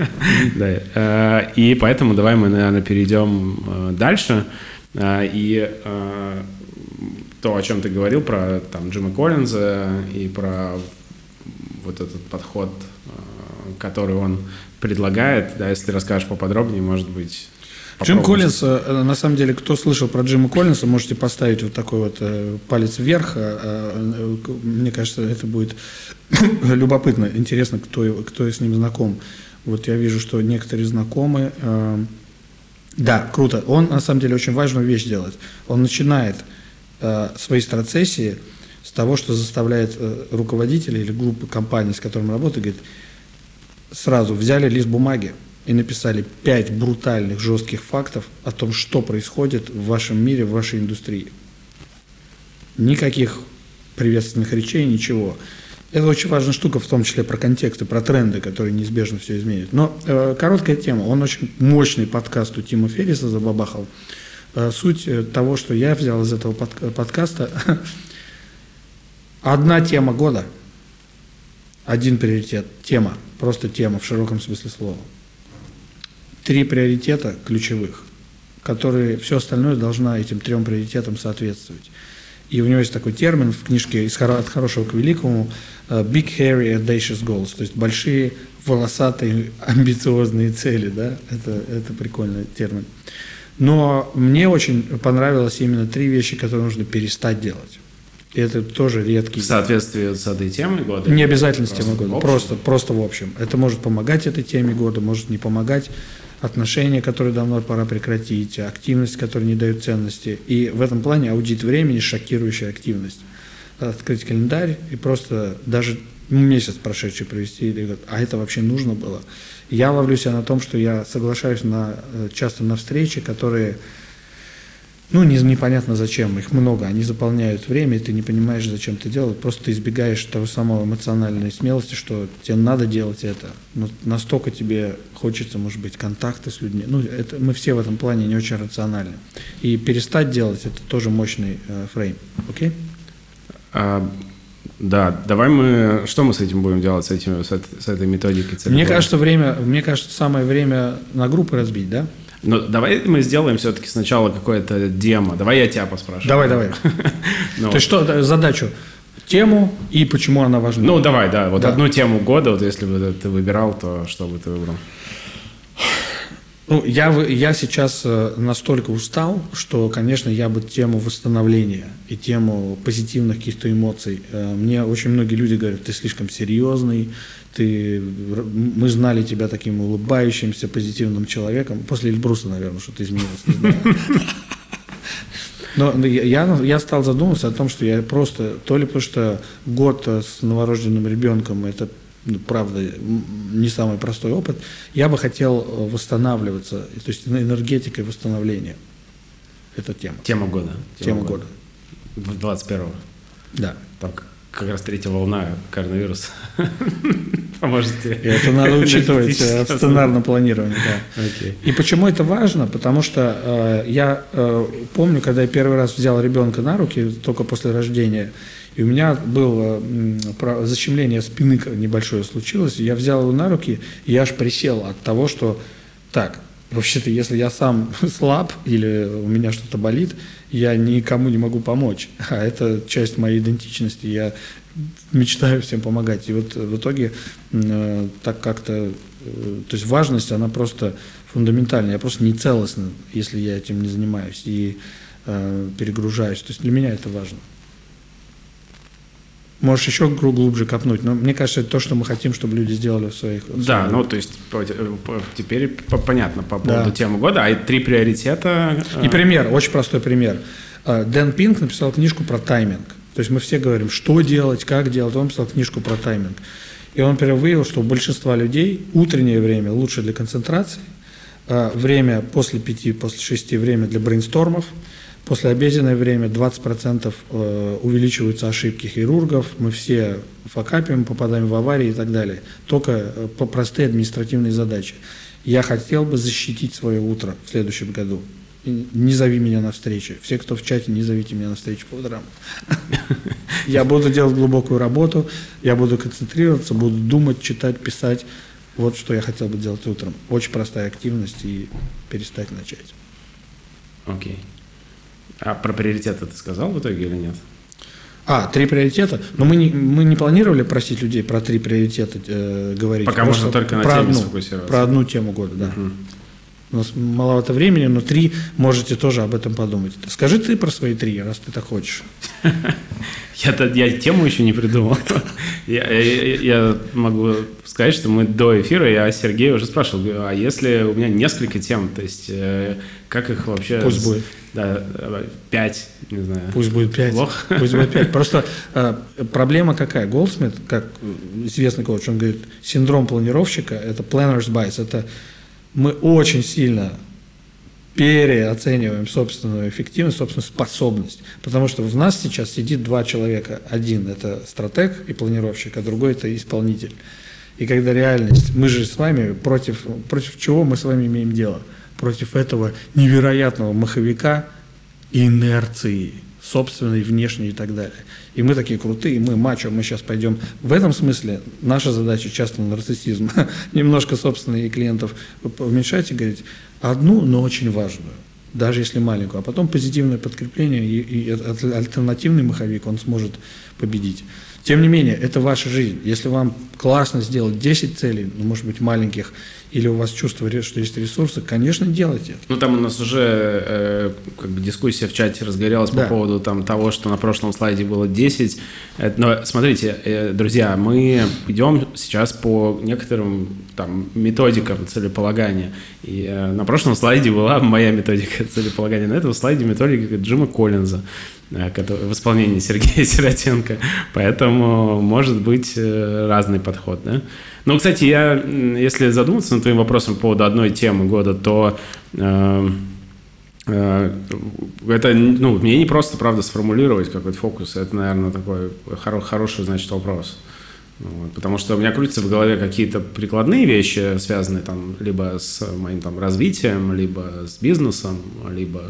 Да, и поэтому давай мы, наверное, перейдем дальше. И то, о чем ты говорил, про там, Джима Коллинза и про вот этот подход, который он предлагает, да, если расскажешь поподробнее, может быть... Джим Коллинз, на самом деле, кто слышал про Джима Коллинза, можете поставить вот такой вот палец вверх. Мне кажется, это будет любопытно, интересно, кто, кто с ним знаком. Вот я вижу, что некоторые знакомы. Да, круто. Он, на самом деле, очень важную вещь делает. Он начинает свои страцессии с того, что заставляет руководителя или группы компаний, с которыми работает, говорит, сразу взяли лист бумаги и написали пять брутальных, жестких фактов о том, что происходит в вашем мире, в вашей индустрии. Никаких приветственных речей, ничего. Это очень важная штука, в том числе про контексты, про тренды, которые неизбежно все изменят. Но э, короткая тема. Он очень мощный подкаст у Тима Ферриса забабахал. Э, суть того, что я взял из этого под, подкаста, одна тема года, один приоритет, тема, просто тема в широком смысле слова. Три приоритета ключевых, которые все остальное должна этим трем приоритетам соответствовать. И у него есть такой термин в книжке «От хорошего к великому» «Big, hairy, audacious goals», то есть большие, волосатые, амбициозные цели. Да? Это, это прикольный термин. Но мне очень понравилось именно три вещи, которые нужно перестать делать. И это тоже редкий. В соответствии с этой темой года? Не обязательно с темой года, просто, просто в общем. Это может помогать этой теме года, может не помогать. Отношения, которые давно пора прекратить, активность, которая не дает ценности. И в этом плане аудит времени – шокирующая активность. Открыть календарь и просто даже месяц прошедший провести, и говорят, а это вообще нужно было? Я ловлю себя на том, что я соглашаюсь на, часто на встречи, которые, ну, не, непонятно зачем, их много, они заполняют время, и ты не понимаешь, зачем ты делаешь, просто ты избегаешь того самого эмоциональной смелости, что тебе надо делать это, но настолько тебе хочется, может быть, контакта с людьми, ну, это, мы все в этом плане не очень рациональны, и перестать делать – это тоже мощный э, фрейм, окей? А, да, давай мы, что мы с этим будем делать, с, этим, с, этой, с этой методикой? Целиком? Мне кажется, время, мне кажется, самое время на группы разбить, да? Ну, давай мы сделаем все-таки сначала какое-то демо. Давай я тебя поспрашиваю. Давай, давай. То есть что, задачу? тему и почему она важна. Ну, давай, да. Вот да. одну тему года, вот если бы ты выбирал, то что бы ты выбрал? Ну, я, я сейчас настолько устал, что, конечно, я бы тему восстановления и тему позитивных каких-то эмоций. Мне очень многие люди говорят, ты слишком серьезный, ты, мы знали тебя таким улыбающимся, позитивным человеком. После Эльбруса, наверное, что-то изменилось. Но я, я стал задумываться о том, что я просто, то ли потому что год с новорожденным ребенком, это ну, правда, не самый простой опыт, я бы хотел восстанавливаться, то есть энергетикой восстановления. Это тема. Тема года. Тема, тема года. двадцать первого. Да. Там как раз третья волна коронавируса. Поможет тебе. Это надо учитывать в сценарном планировании. Да. Okay. И почему это важно? Потому что э, я э, помню, когда я первый раз взял ребенка на руки, только после рождения, и у меня было э, защемление спины небольшое случилось, и я взял его на руки, и я аж присел от того, что так, вообще-то, если я сам слаб или у меня что-то болит, я никому не могу помочь. А это часть моей идентичности. Я мечтаю всем помогать. И вот в итоге э, так как-то... Э, то есть важность, она просто фундаментальная. Я просто не целостна, если я этим не занимаюсь и э, перегружаюсь. То есть для меня это важно. Можешь еще глубже копнуть, но мне кажется, это то, что мы хотим, чтобы люди сделали в своих... В да, своих... ну, то есть теперь понятно по поводу да. темы года, а три приоритета... И пример, очень простой пример. Дэн Пинк написал книжку про тайминг. То есть мы все говорим, что делать, как делать, он написал книжку про тайминг. И он выявил, что у большинства людей утреннее время лучше для концентрации, время после пяти, после шести время для брейнстормов, после обеденное время двадцать процентов увеличиваются ошибки хирургов, мы все факапим, попадаем в аварии и так далее. Только по простые административные задачи. Я хотел бы защитить свое утро в следующем году. Не зови меня на встречу. Все, кто в чате, не зовите меня на встречу по утрам. Я буду делать глубокую работу, я буду концентрироваться, буду думать, читать, писать. Вот что я хотел бы делать утром. Очень простая активность и перестать начать. Окей. А про приоритеты ты сказал в итоге или нет? А, три приоритета? Но мы не, мы не планировали просить людей про три приоритета э, говорить. Пока можно только на про теме одну, сфокусироваться. Про одну тему года, да. Угу. У нас маловато времени, но три можете тоже об этом подумать. Скажи ты про свои три, раз ты так хочешь. Я, я тему еще не придумал. я, я, я могу сказать, что мы до эфира, я Сергея уже спрашивал, а если у меня несколько тем, то есть э, как их вообще... Пусть будет. Да, пять, не знаю. Пусть будет пять. Плохо? Пусть будет пять. Просто э, проблема какая? Голдсмит, как известный коуч, он говорит, синдром планировщика – это planner's bias, это мы очень сильно переоцениваем собственную эффективность, собственную способность. Потому что в нас сейчас сидит два человека. Один – это стратег и планировщик, а другой – это исполнитель. И когда реальность, мы же с вами против, против чего мы с вами имеем дело? Против этого невероятного маховика инерции, собственной, внешней и так далее. И мы такие крутые, мы мачо, мы сейчас пойдем. В этом смысле наша задача, часто нарциссизм, немножко собственных клиентов уменьшать и говорить одну, но очень важную, даже если маленькую, а потом позитивное подкрепление и, и альтернативный маховик он сможет победить. Тем не менее, это ваша жизнь. Если вам классно сделать десять целей, ну, может быть, маленьких, или у вас чувство, что есть ресурсы, конечно, делайте. Ну, там у нас уже э, как бы дискуссия в чате разгорелась да. по поводу там, того, что на прошлом слайде было десять. Но смотрите, э, друзья, мы идем сейчас по некоторым там, методикам целеполагания. И э, на прошлом слайде была моя методика целеполагания. На этом слайде методика Джима Коллинза в исполнении Сергея Сиротенко. Поэтому может быть разный подход. Да? Ну, кстати, я, если задуматься над твоим вопросом по поводу одной темы года, то э, э, это, ну, мне не просто, правда, сформулировать какой-то фокус. Это, наверное, такой хоро- хороший, значит, вопрос. Вот, потому что у меня крутятся в голове какие-то прикладные вещи, связанные там либо с моим там развитием, либо с бизнесом, либо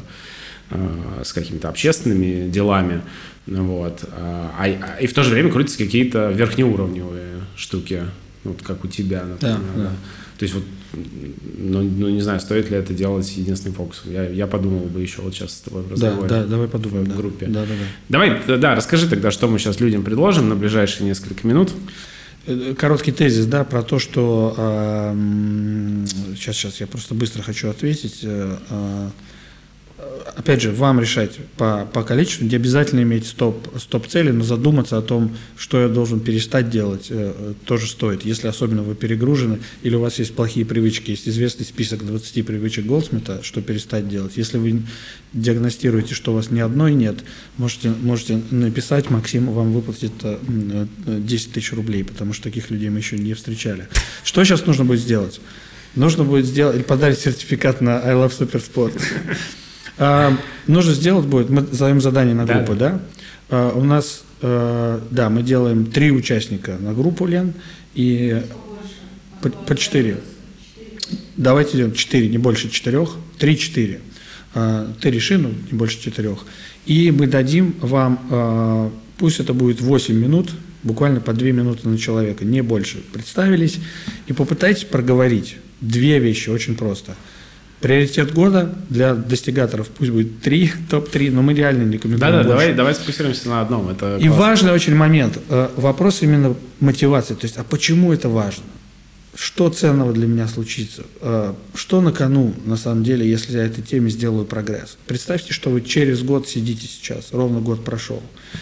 с какими-то общественными делами, вот. А, а, и в то же время крутятся какие-то верхнеуровневые штуки, вот как у тебя, например. Да, да. То есть вот, ну, ну не знаю, стоит ли это делать единственным фокусом. Я, я подумал бы еще вот сейчас с тобой в разговоре. Да, да, давай подумаем. В да. группе. Да, да, да. Давай, да, расскажи тогда, что мы сейчас людям предложим на ближайшие несколько минут. Короткий тезис, да, про то, что э, сейчас, сейчас я просто быстро хочу ответить. Э, опять же, вам решать по, по количеству, не обязательно иметь стоп, стоп-цели, но задуматься о том, что я должен перестать делать, э, тоже стоит. Если особенно вы перегружены или у вас есть плохие привычки, есть известный список двадцати привычек Голдсмита, что перестать делать. Если вы диагностируете, что у вас ни одной нет, можете, можете написать, Максим вам выплатит десять тысяч рублей, потому что таких людей мы еще не встречали. Что сейчас нужно будет сделать? Нужно будет сделать, или подарить сертификат на I Love Supersport. А, нужно сделать будет, мы задаем задание на группу, да? да? А, у нас, а, да, мы делаем три участника на группу, Лен, и по, по четыре. Давайте делаем четыре, не больше четырех, три-четыре. А, ты реши, ну, не больше четырех. И мы дадим вам, а, пусть это будет восемь минут, буквально по две минуты на человека, не больше. Представились и попытайтесь проговорить две вещи, очень просто. Приоритет года для достигаторов пусть будет три, топ три, но мы реально не рекомендуем. Да-да, давай, давай сфокусируемся на одном. Это и важный очень момент, вопрос именно мотивации, то есть, а почему это важно? Что ценного для меня случится? Что на кону, на самом деле, если я этой теме сделаю прогресс? Представьте, что вы через год сидите сейчас, ровно год прошел.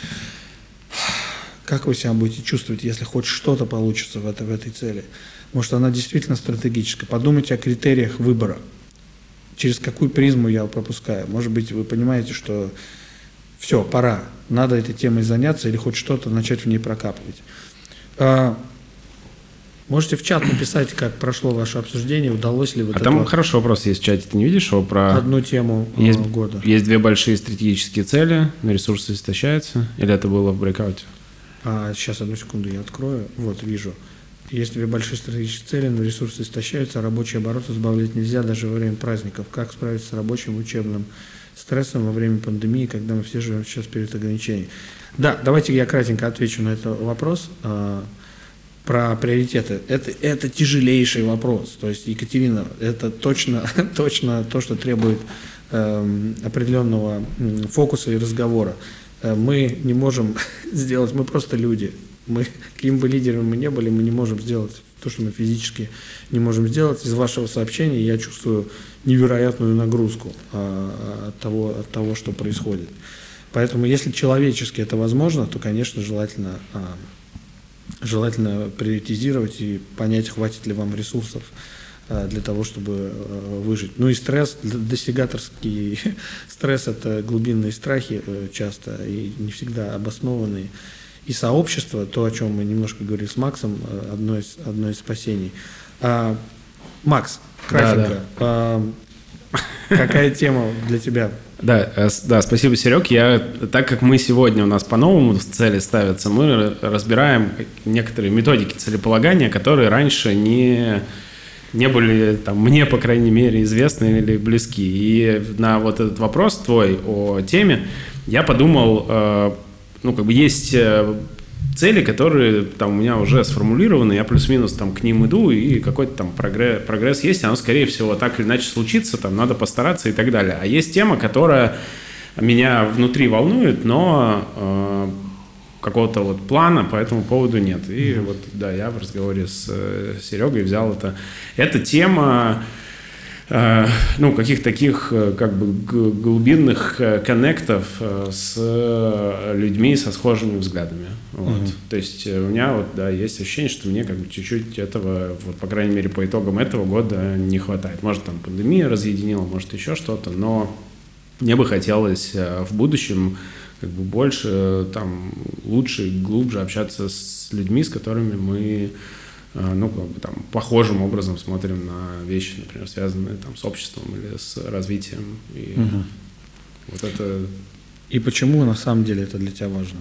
Как вы себя будете чувствовать, если хоть что-то получится в этой, в этой цели? Может, она действительно стратегическая? Подумайте о критериях выбора. Через какую призму я пропускаю? Может быть, вы понимаете, что все, пора, надо этой темой заняться или хоть что-то начать в ней прокапывать. А, можете в чат написать, как прошло ваше обсуждение, удалось ли вот а это... там хороший вопрос есть в чате, ты не видишь его про... Одну тему есть, года. Есть две большие стратегические цели, но ресурсы истощаются, или это было в брейкауте? А, сейчас, одну секунду, я открою. Вот, вижу. Есть две большие стратегические цели, но ресурсы истощаются, а рабочий оборот избавлять нельзя даже во время праздников. Как справиться с рабочим учебным стрессом во время пандемии, когда мы все живем сейчас перед ограничениями? Да, давайте я кратенько отвечу на этот вопрос а, про приоритеты. Это, это тяжелейший вопрос. То есть, Екатерина, это точно, точно то, что требует э, определенного фокуса и разговора. Мы не можем сделать, мы просто люди. Мы, каким бы лидером мы не были, мы не можем сделать то, что мы физически не можем сделать. Из вашего сообщения я чувствую невероятную нагрузку а, от, того, от того, что происходит. Поэтому, если человечески это возможно, то, конечно, желательно, а, желательно приоритизировать и понять, хватит ли вам ресурсов а, для того, чтобы а, выжить. Ну и стресс, достигаторский стресс – это глубинные страхи часто и не всегда обоснованные. И сообщество, то, о чем мы немножко говорили с Максом, одно из, одно из спасений. А, Макс, кратенько, да, да. А, какая тема для тебя? Да, да, спасибо, Серег. Я, так как мы сегодня, у нас по-новому цели ставятся, мы разбираем некоторые методики целеполагания, которые раньше не, не были, там, мне, по крайней мере, известны или близки. И на вот этот вопрос твой о теме я подумал... Ну, как бы есть цели, которые там у меня уже сформулированы, я плюс-минус там к ним иду, и какой-то там прогресс, прогресс есть, оно, скорее всего, так или иначе случится, там надо постараться и так далее. А есть тема, которая меня внутри волнует, но э, какого-то вот плана по этому поводу нет. И mm-hmm. вот, да, я в разговоре с э, Серегой взял это. Эта тема... ну, каких-то таких как бы глубинных коннектов с людьми со схожими взглядами. Вот. Mm-hmm. То есть у меня вот, да, есть ощущение, что мне как бы чуть-чуть этого, вот, по крайней мере, по итогам этого года не хватает. Может, там пандемия разъединила, может, еще что-то, но мне бы хотелось в будущем как бы больше, там, лучше, глубже общаться с людьми, с которыми мы ну, как бы там похожим образом смотрим на вещи, например, связанные там с обществом или с развитием. И угу. вот это... И почему на самом деле это для тебя важно?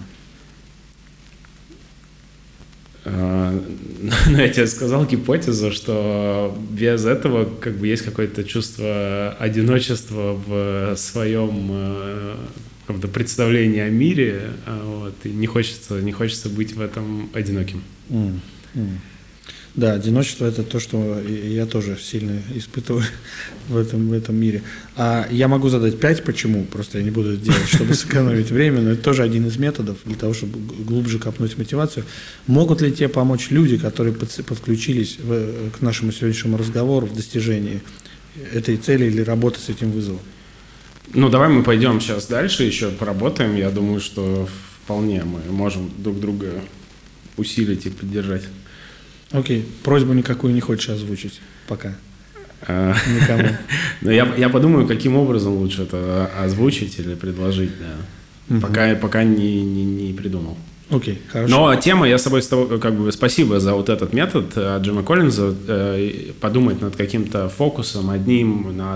Ну, я тебе сказал гипотезу, что без этого как бы есть какое-то чувство одиночества в своем как-то представлении о мире, вот, и не хочется, не хочется быть в этом одиноким. Mm. Mm. Да, одиночество – это то, что я тоже сильно испытываю в этом, в этом мире. А я могу задать пять «почему», просто я не буду это делать, чтобы сэкономить время, но это тоже один из методов для того, чтобы глубже копнуть мотивацию. Могут ли тебе помочь люди, которые подключились в, к нашему сегодняшнему разговору в достижении этой цели или работы с этим вызовом? Ну, давай мы пойдем сейчас дальше, еще поработаем. Я думаю, что вполне мы можем друг друга усилить и поддержать. Окей, просьбу никакую не хочешь озвучить пока? Никому. Ну, я, я подумаю, каким образом лучше это озвучить или предложить, да. Угу. Пока, пока не, не, не придумал. Окей, хорошо. Но тема, я с собой, как бы, спасибо за вот этот метод от Джима Коллинза, подумать над каким-то фокусом одним, над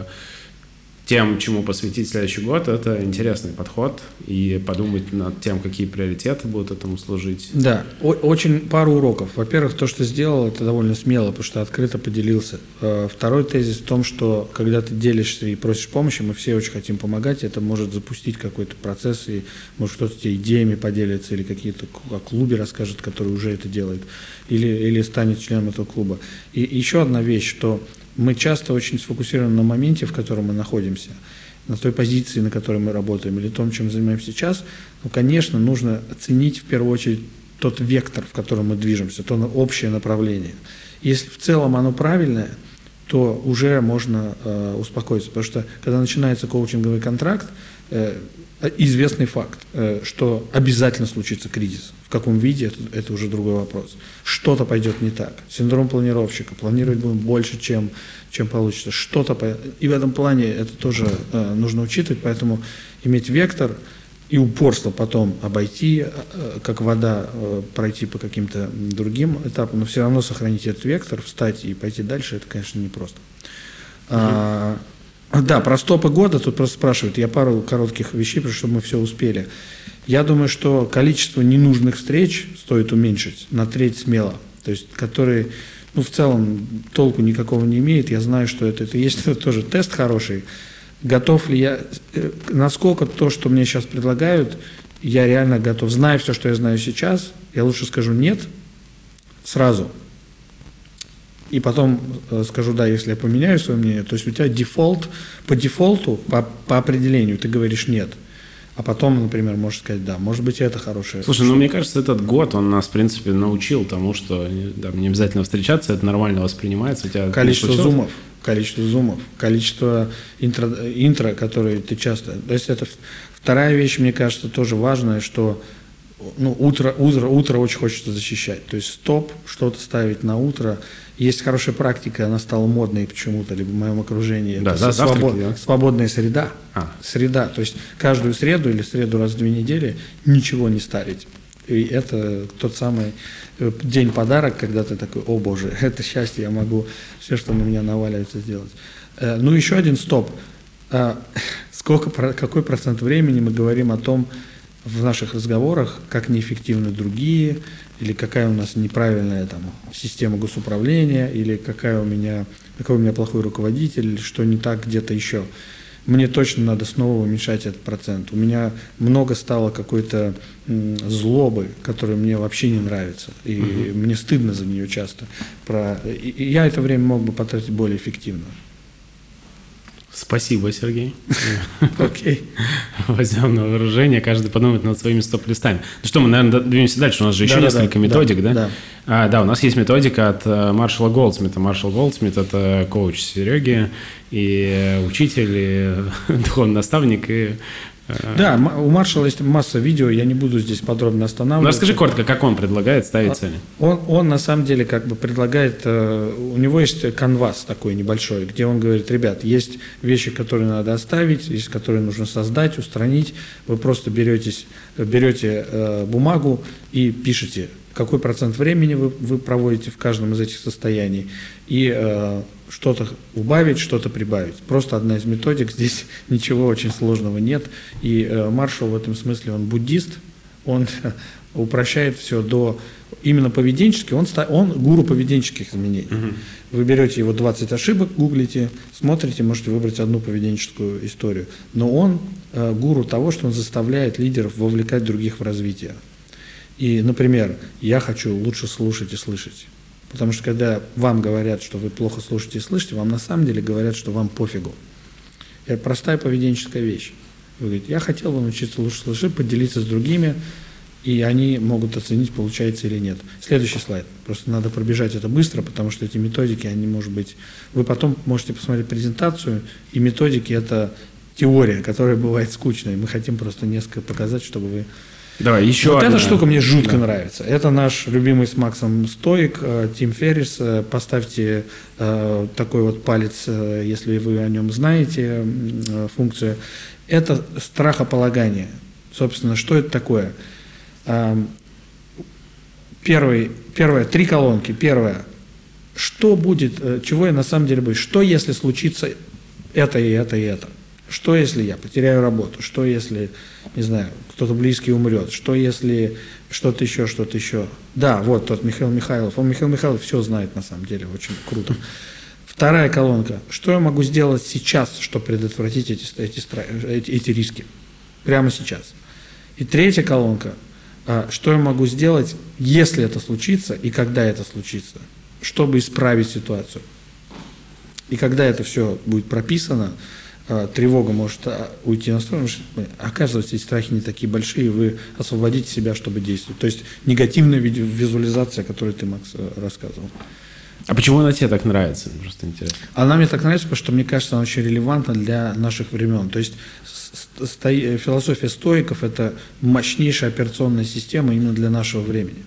тем, чему посвятить следующий год, это интересный подход, и подумать над тем, какие приоритеты будут этому служить. Да, о- очень пару уроков. Во-первых, то, что сделал, это довольно смело, потому что открыто поделился. Второй тезис в том, что когда ты делишься и просишь помощи, мы все очень хотим помогать, это может запустить какой-то процесс, и может кто-то тебе идеями поделится, или какие-то о клубе расскажет, который уже это делает, или, или станет членом этого клуба. И еще одна вещь, что мы часто очень сфокусированы на моменте, в котором мы находимся, на той позиции, на которой мы работаем, или том, чем занимаемся сейчас. Но, конечно, нужно оценить в первую очередь тот вектор, в котором мы движемся, то общее направление. Если в целом оно правильное, то уже можно э, успокоиться. Потому что, когда начинается коучинговый контракт, э, известный факт, э, что обязательно случится кризис. В каком виде, это, это уже другой вопрос. Что-то пойдет не так. Синдром планировщика. Планировать будем больше, чем, чем получится. Что-то по... И в этом плане это тоже э, нужно учитывать, поэтому иметь вектор и упорство потом обойти, э, как вода, э, пройти по каким-то другим этапам, но все равно сохранить этот вектор, встать и пойти дальше, это, конечно, непросто. Mm-hmm. А, да, про стопы года тут просто спрашивают. Я пару коротких вещей, чтобы мы все успели. Я думаю, что количество ненужных встреч стоит уменьшить на треть смело. То есть, которые, ну, в целом толку никакого не имеет. Я знаю, что это, это есть это тоже тест хороший. Готов ли я, насколько то, что мне сейчас предлагают, я реально готов. Зная все, что я знаю сейчас, я лучше скажу нет сразу. И потом э, скажу, да, если я поменяю свое мнение, то есть у тебя дефолт, по дефолту, по, по определению ты говоришь нет. А потом, например, можешь сказать, да, может быть, это хорошее. Слушай, ну мне кажется, этот год, он нас, в принципе, научил тому, что да, не обязательно встречаться, это нормально воспринимается. У тебя количество зумов, количество зумов, количество интро, интро, которые ты часто... То есть это вторая вещь, мне кажется, тоже важная, что ну, утро, утро, утро очень хочется защищать. То есть стоп, что-то ставить на утро. Есть хорошая практика, она стала модной почему-то, либо в моем окружении. Да, это да, свобод, завтраки, да? Свободная среда. А. Среда. То есть каждую среду или среду раз в две недели ничего не ставить. И это тот самый день-подарок, когда ты такой, о боже, это счастье, я могу все, что на меня наваливается, сделать. Ну, еще один стоп. Сколько, какой процент времени мы говорим о том, в наших разговорах, как неэффективны другие, или какая у нас неправильная там, система госуправления, или какая у меня, какой у меня плохой руководитель, или что не так где-то еще. Мне точно надо снова уменьшать этот процент. У меня много стало какой-то м, злобы, которая мне вообще не нравится, и mm-hmm. мне стыдно за нее часто. Про... И, и я это время мог бы потратить более эффективно. Спасибо, Сергей. Окей. Возьмем на вооружение, каждый подумает над своими стоп-листами. Ну что, мы, наверное, двинемся дальше. У нас же еще да, несколько да, методик, да? Да. А, да, у нас есть методика от Маршала Голдсмита. Маршал Голдсмит – это коуч Сереги, и учитель, и духовный наставник, и... Да, у Маршала есть масса видео, я не буду здесь подробно останавливаться. Ну, расскажи коротко, как он предлагает ставить цели. Он, он на самом деле как бы предлагает, у него есть канвас такой небольшой, где он говорит, ребят, есть вещи, которые надо оставить, есть, которые нужно создать, устранить. Вы просто беретесь, берете э, бумагу и пишете, какой процент времени вы, вы проводите в каждом из этих состояний, и э, что-то убавить, что-то прибавить. Просто одна из методик, здесь ничего очень сложного нет. И э, Маршал в этом смысле, он буддист, он упрощает все до именно поведенчески, он, он гуру поведенческих изменений. Uh-huh. Вы берете его двадцать ошибок, гуглите, смотрите, можете выбрать одну поведенческую историю. Но он э, гуру того, что он заставляет лидеров вовлекать других в развитие. И, например, я хочу лучше слушать и слышать. Потому что когда вам говорят, что вы плохо слушаете и слышите, вам на самом деле говорят, что вам пофигу. Это простая поведенческая вещь. Вы говорите, я хотел бы научиться лучше слышать, поделиться с другими, и они могут оценить, получается или нет. Следующий слайд. Просто надо пробежать это быстро, потому что эти методики, они, может быть... Вы потом можете посмотреть презентацию, и методики – это теория, которая бывает скучной. Мы хотим просто несколько показать, чтобы вы... Давай, еще вот одна. эта штука мне жутко да. нравится. Это наш любимый с Максом стоик, Тим Феррис. Поставьте э, такой вот палец, э, если вы о нем знаете, э, функцию. Это страхополагание. Собственно, что это такое? Э, первый, первое, три колонки. Первое. Что будет, э, чего я на самом деле боюсь? Что, если случится это и это и это? Что, если я потеряю работу? Что, если, не знаю, кто-то близкий умрет? Что, если что-то еще, что-то еще? Да, вот тот Михаил Михайлов. Он, Михаил Михайлов, все знает на самом деле, очень круто. Вторая колонка. Что я могу сделать сейчас, чтобы предотвратить эти, эти, эти, эти риски? Прямо сейчас. И третья колонка. Что я могу сделать, если это случится, и когда это случится, чтобы исправить ситуацию? И когда это все будет прописано, тревога может уйти на сторону, оказывается, эти страхи не такие большие, вы освободите себя, чтобы действовать. То есть негативная визуализация, о которой ты, Макс, рассказывал. А почему она тебе так нравится? Просто интересно. Она мне так нравится, потому что, мне кажется, она очень релевантна для наших времен. То есть философия стоиков – это мощнейшая операционная система именно для нашего времени.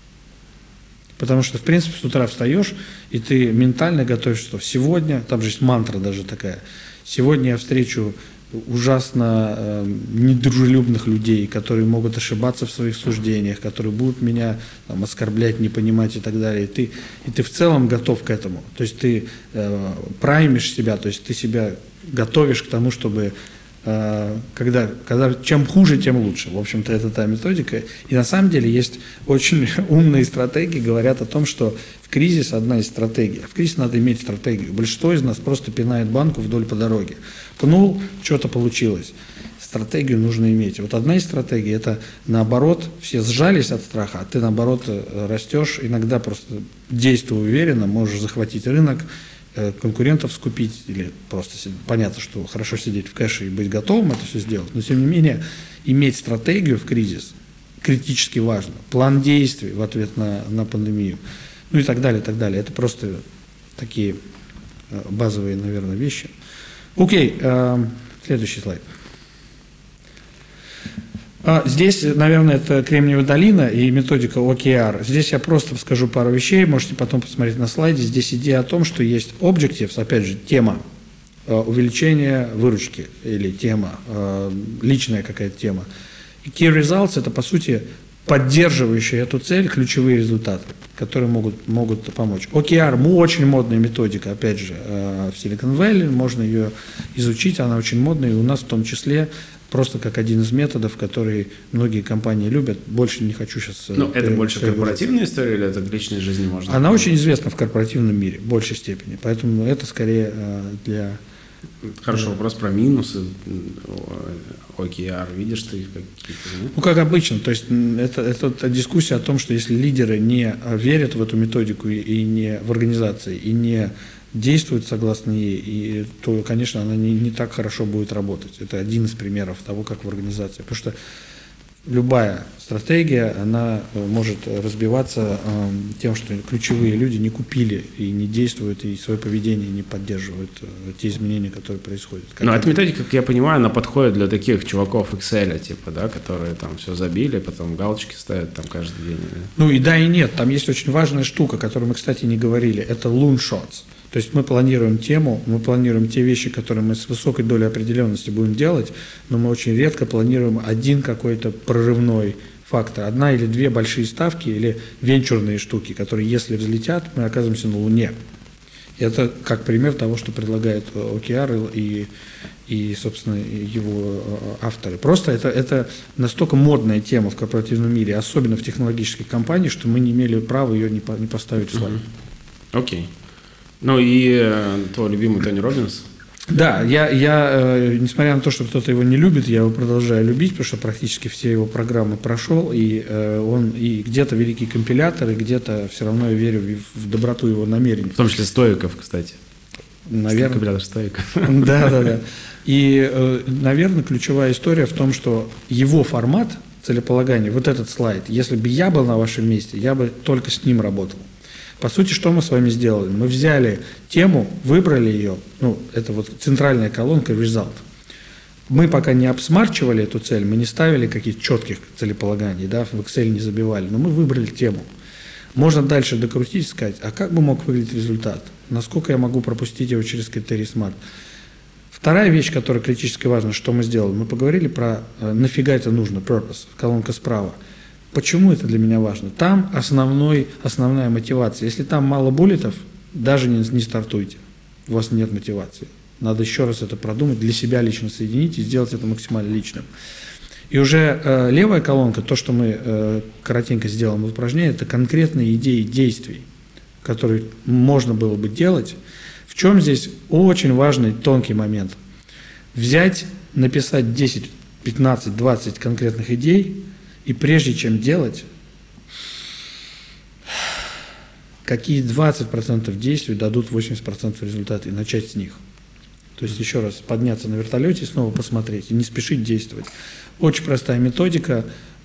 Потому что, в принципе, с утра встаешь, и ты ментально готовишь, что сегодня, там же есть мантра даже такая, сегодня я встречу ужасно э, недружелюбных людей, которые могут ошибаться в своих суждениях, которые будут меня там, оскорблять, не понимать и так далее. И ты, и ты в целом готов к этому. То есть ты э, праймишь себя, то есть ты себя готовишь к тому, чтобы э, когда, когда чем хуже, тем лучше. В общем-то, это та методика. И на самом деле есть очень умные стратегии, говорят о том, что в кризис одна из стратегий. В кризис надо иметь стратегию. Большинство из нас просто пинает банку вдоль по дороге. Пнул, что-то получилось. Стратегию нужно иметь. Вот одна из стратегий – это наоборот, все сжались от страха, а ты наоборот растешь, иногда просто действуя уверенно, можешь захватить рынок, конкурентов скупить, или просто понятно, что хорошо сидеть в кэше и быть готовым это все сделать, но тем не менее иметь стратегию в кризис критически важно. План действий в ответ на, на пандемию. Ну и так далее, и так далее. Это просто такие базовые, наверное, вещи. Окей, э, следующий слайд. Здесь, наверное, это Кремниевая долина и методика о кей ар. Здесь я просто скажу пару вещей, можете потом посмотреть на слайде. Здесь идея о том, что есть objectives, опять же, тема увеличения выручки или тема, личная какая-то тема. И key results – это, по сути, поддерживающие эту цель ключевые результаты, которые могут, могут помочь. о кей ар – очень модная методика, опять же, в Silicon Valley, можно ее изучить, она очень модная, и у нас в том числе просто как один из методов, который многие компании любят. Больше не хочу сейчас... Ну, это больше корпоративная история или это в личной жизни можно? Она очень известна в корпоративном мире, в большей степени, поэтому это скорее для... Хорошо, вопрос про минусы о кей ар. Видишь ты какие-то? Нет? Ну, как обычно. То есть это, это дискуссия о том, что если лидеры не верят в эту методику и не в организации, и не действуют согласно ей, и, то, конечно, она не, не так хорошо будет работать. Это один из примеров того, как в организации. Потому что любая стратегия, она может разбиваться э, тем, что ключевые люди не купили и не действуют, и свое поведение не поддерживают э, те изменения, которые происходят. Но эта методика, как я понимаю, она подходит для таких чуваков Excel, типа, да, которые там все забили, потом галочки ставят там каждый день. Да? Ну и да, и нет. Там есть очень важная штука, о которой мы, кстати, не говорили. Это loon shots. То есть мы планируем тему, мы планируем те вещи, которые мы с высокой долей определенности будем делать, но мы очень редко планируем один какой-то прорывной фактор, одна или две большие ставки или венчурные штуки, которые, если взлетят, мы оказываемся на Луне. И это как пример того, что предлагает о кей ар и, и собственно, его авторы. Просто это, это настолько модная тема в корпоративном мире, особенно в технологических компаниях, что мы не имели права ее не, по, не поставить в слайд. Окей. Okay. Ну и э, твой любимый Тони Роббинс? Да, я, я э, несмотря на то, что кто-то его не любит, я его продолжаю любить, потому что практически все его программы прошел, и э, он и где-то великий компилятор, и где-то все равно я верю в, в доброту его намерений. В том числе стоиков, кстати. Наверное. Компилятор стоиков. Да, да, да. И, э, наверное, ключевая история в том, что его формат целеполагания, вот этот слайд, если бы я был на вашем месте, я бы только с ним работал. По сути, что мы с вами сделали? Мы взяли тему, выбрали ее, ну, это вот центральная колонка result. Мы пока не обсмарчивали эту цель, мы не ставили каких-то четких целеполаганий, да, в Excel не забивали, но мы выбрали тему. Можно дальше докрутить и сказать, а как бы мог выглядеть результат? Насколько я могу пропустить его через критерий смарт? Вторая вещь, которая критически важна, что мы сделали, мы поговорили про нафига это нужно, purpose, колонка справа. Почему это для меня важно? Там основной, основная мотивация. Если там мало буллетов, даже не, не стартуйте. У вас нет мотивации. Надо еще раз это продумать, для себя лично соединить и сделать это максимально личным. И уже э, левая колонка, то, что мы э, коротенько сделаем в упражнении, это конкретные идеи действий, которые можно было бы делать. В чем здесь очень важный тонкий момент? Взять, написать десять, пятнадцать, двадцать конкретных идей, и прежде чем делать, какие двадцать процентов действий дадут восемьдесят процентов результата, и начать с них. То есть еще раз подняться на вертолете и снова посмотреть, и не спешить действовать. Очень простая методика,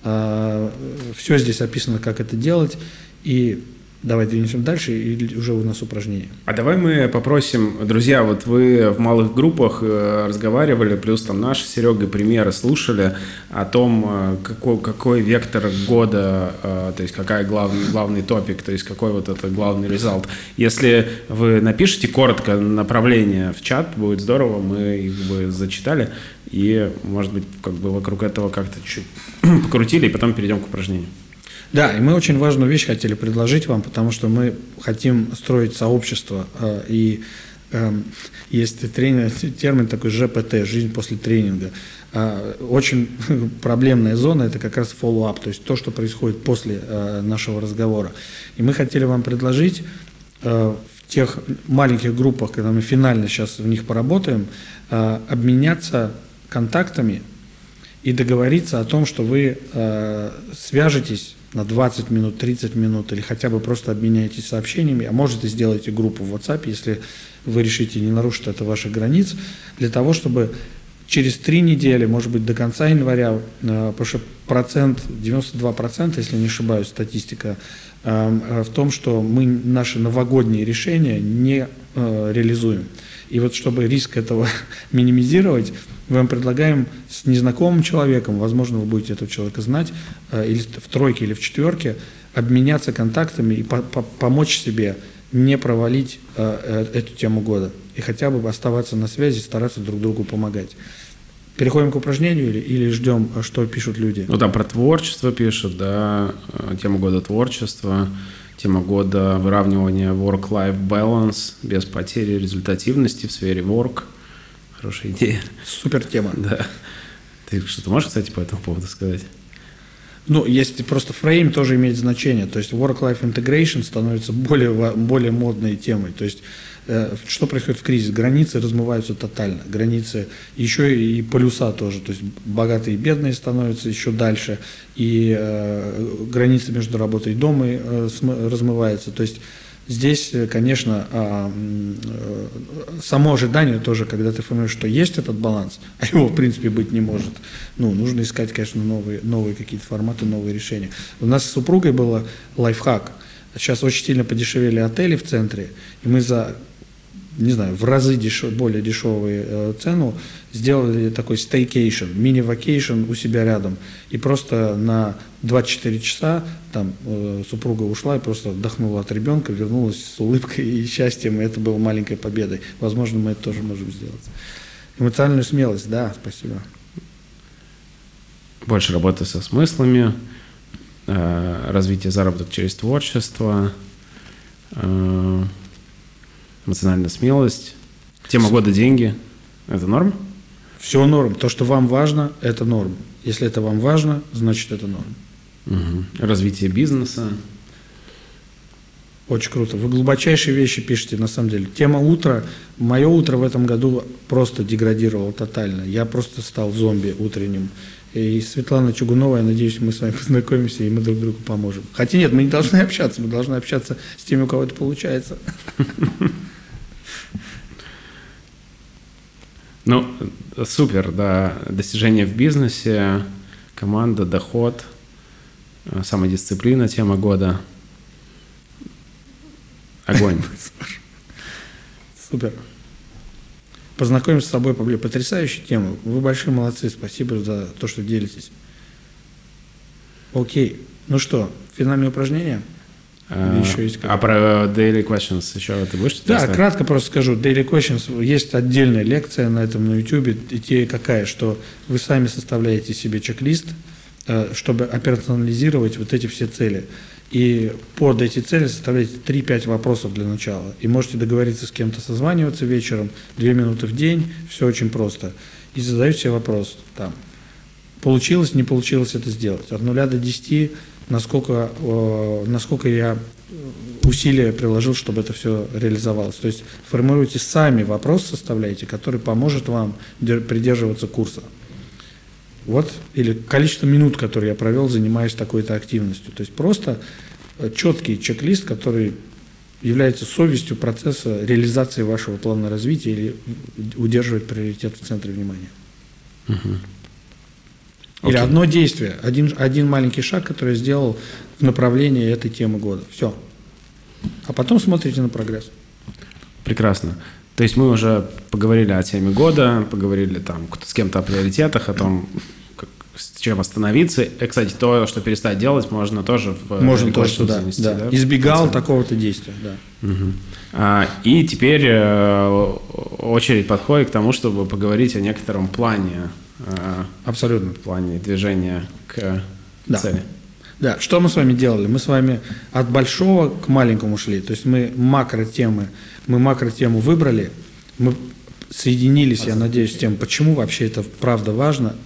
все здесь описано, как это делать, и давай двинемся дальше, и уже у нас упражнение. А давай мы попросим, друзья, вот вы в малых группах разговаривали, плюс там наши с Серегой примеры слушали о том, какой, какой вектор года, то есть какая главный, главный топик, то есть какой вот это главный результат. Если вы напишите коротко направление в чат, будет здорово, мы их бы зачитали и, может быть, как бы вокруг этого как-то чуть покрутили, и потом перейдем к упражнению. Да, и мы очень важную вещь хотели предложить вам, потому что мы хотим строить сообщество, и э, есть тренер, термин такой жэ пэ тэ, жизнь после тренинга. Очень проблемная зона – это как раз follow-up, то есть то, что происходит после нашего разговора. И мы хотели вам предложить в тех маленьких группах, когда мы финально сейчас в них поработаем, обменяться контактами и договориться о том, что вы свяжетесь на двадцать минут, тридцать минут, или хотя бы просто обменяетесь сообщениями, а может и сделаете группу в WhatsApp, если вы решите не нарушить это ваших границ, для того, чтобы через три недели, может быть, до конца января, потому что процент, девяносто два процента, если не ошибаюсь, статистика, в том, что мы наши новогодние решения не реализуем. И вот чтобы риск этого минимизировать, мы вам предлагаем с незнакомым человеком, возможно, вы будете этого человека знать, или в тройке, или в четверке, обменяться контактами и по по помочь себе не провалить э, эту тему года. И хотя бы оставаться на связи, стараться друг другу помогать. Переходим к упражнению или, или ждем, что пишут люди? Ну, там про творчество пишут, да, тема года творчества, тема года выравнивания work-life balance без потери результативности в сфере work. Хорошая идея. Супер тема. Да. Ты что-то можешь, кстати, по этому поводу сказать? Ну, если просто фрейм тоже имеет значение. То есть work-life integration становится более, более модной темой. То есть э, что происходит в кризис? Границы размываются тотально. Границы, еще и полюса тоже. То есть богатые и бедные становятся еще дальше. И э, границы между работой и домом э, размываются. То есть здесь, конечно, само ожидание тоже, когда ты формируешь, что есть этот баланс, а его, в принципе, быть не может. Ну, нужно искать, конечно, новые, новые какие-то форматы, новые решения. У нас с супругой было лайфхак. Сейчас очень сильно подешевели отели в центре, и мы за, не знаю, в разы дешев, более дешевую э, цену сделали такой стейкейшн, мини-вакейшн у себя рядом. И просто на двадцать четыре часа там э, супруга ушла и просто отдохнула от ребенка, вернулась с улыбкой и счастьем, и это было маленькой победой. Возможно, мы это тоже можем сделать. Эмоциональную смелость, да, спасибо. Больше работы со смыслами, э, развитие заработка через творчество, э, эмоциональная смелость, тема года деньги. Это норм? Все норм. То, что вам важно, это норм. Если это вам важно, значит это норм. Угу. Развитие бизнеса. Очень круто. Вы глубочайшие вещи пишете, на самом деле. Тема утра. Мое утро в этом году просто деградировало тотально. Я просто стал зомби утренним. И Светлана Чугунова, я надеюсь, мы с вами познакомимся, и мы друг другу поможем. Хотя нет, мы не должны общаться, мы должны общаться с теми, у кого это получается. Ну, супер, да. Достижения в бизнесе, команда, доход, самодисциплина, тема года. Огонь. Супер. Познакомимся с собой поближе. Потрясающая тема. Вы большие молодцы. Спасибо за то, что делитесь. Окей. Ну что, финальное упражнение? А, еще есть а про Daily Questions еще ты будешь? Да, сказать? Кратко просто скажу. Daily Questions, есть отдельная лекция на этом на YouTube. Идея какая, что вы сами составляете себе чек-лист, чтобы операционализировать вот эти все цели. И под эти цели составляете три-пять вопросов для начала. И можете договориться с кем-то созваниваться вечером, две минуты в день, все очень просто. И задаете себе вопрос, там, получилось, не получилось это сделать. От нуля до десяти, насколько, э, насколько я усилия приложил, чтобы это все реализовалось. То есть формируйте сами вопрос, составляете, который поможет вам придерживаться курса. Вот, или количество минут, которые я провел, занимаясь такой-то активностью. То есть просто четкий чек-лист, который является совестью процесса реализации вашего плана развития или удерживает приоритет в центре внимания. Uh-huh. Или okay. одно действие, один, один маленький шаг, который я сделал в направлении этой темы года. Все. А потом смотрите на прогресс. Прекрасно. То есть мы уже поговорили о теме года, поговорили там с кем-то о приоритетах, о том, как, с чем остановиться. И, кстати, то, что перестать делать, можно тоже в можно тоже сюда, занести, да. Да? Избегал такого-то действия, да. Угу. А, и теперь э, очередь подходит к тому, чтобы поговорить о некотором плане. Э, Абсолютно. Плане движения к да. цели. Да, что мы с вами делали? Мы с вами от большого к маленькому шли. То есть мы макротемы, мы макротему выбрали, мы соединились, я надеюсь, с тем, почему вообще это правда важно.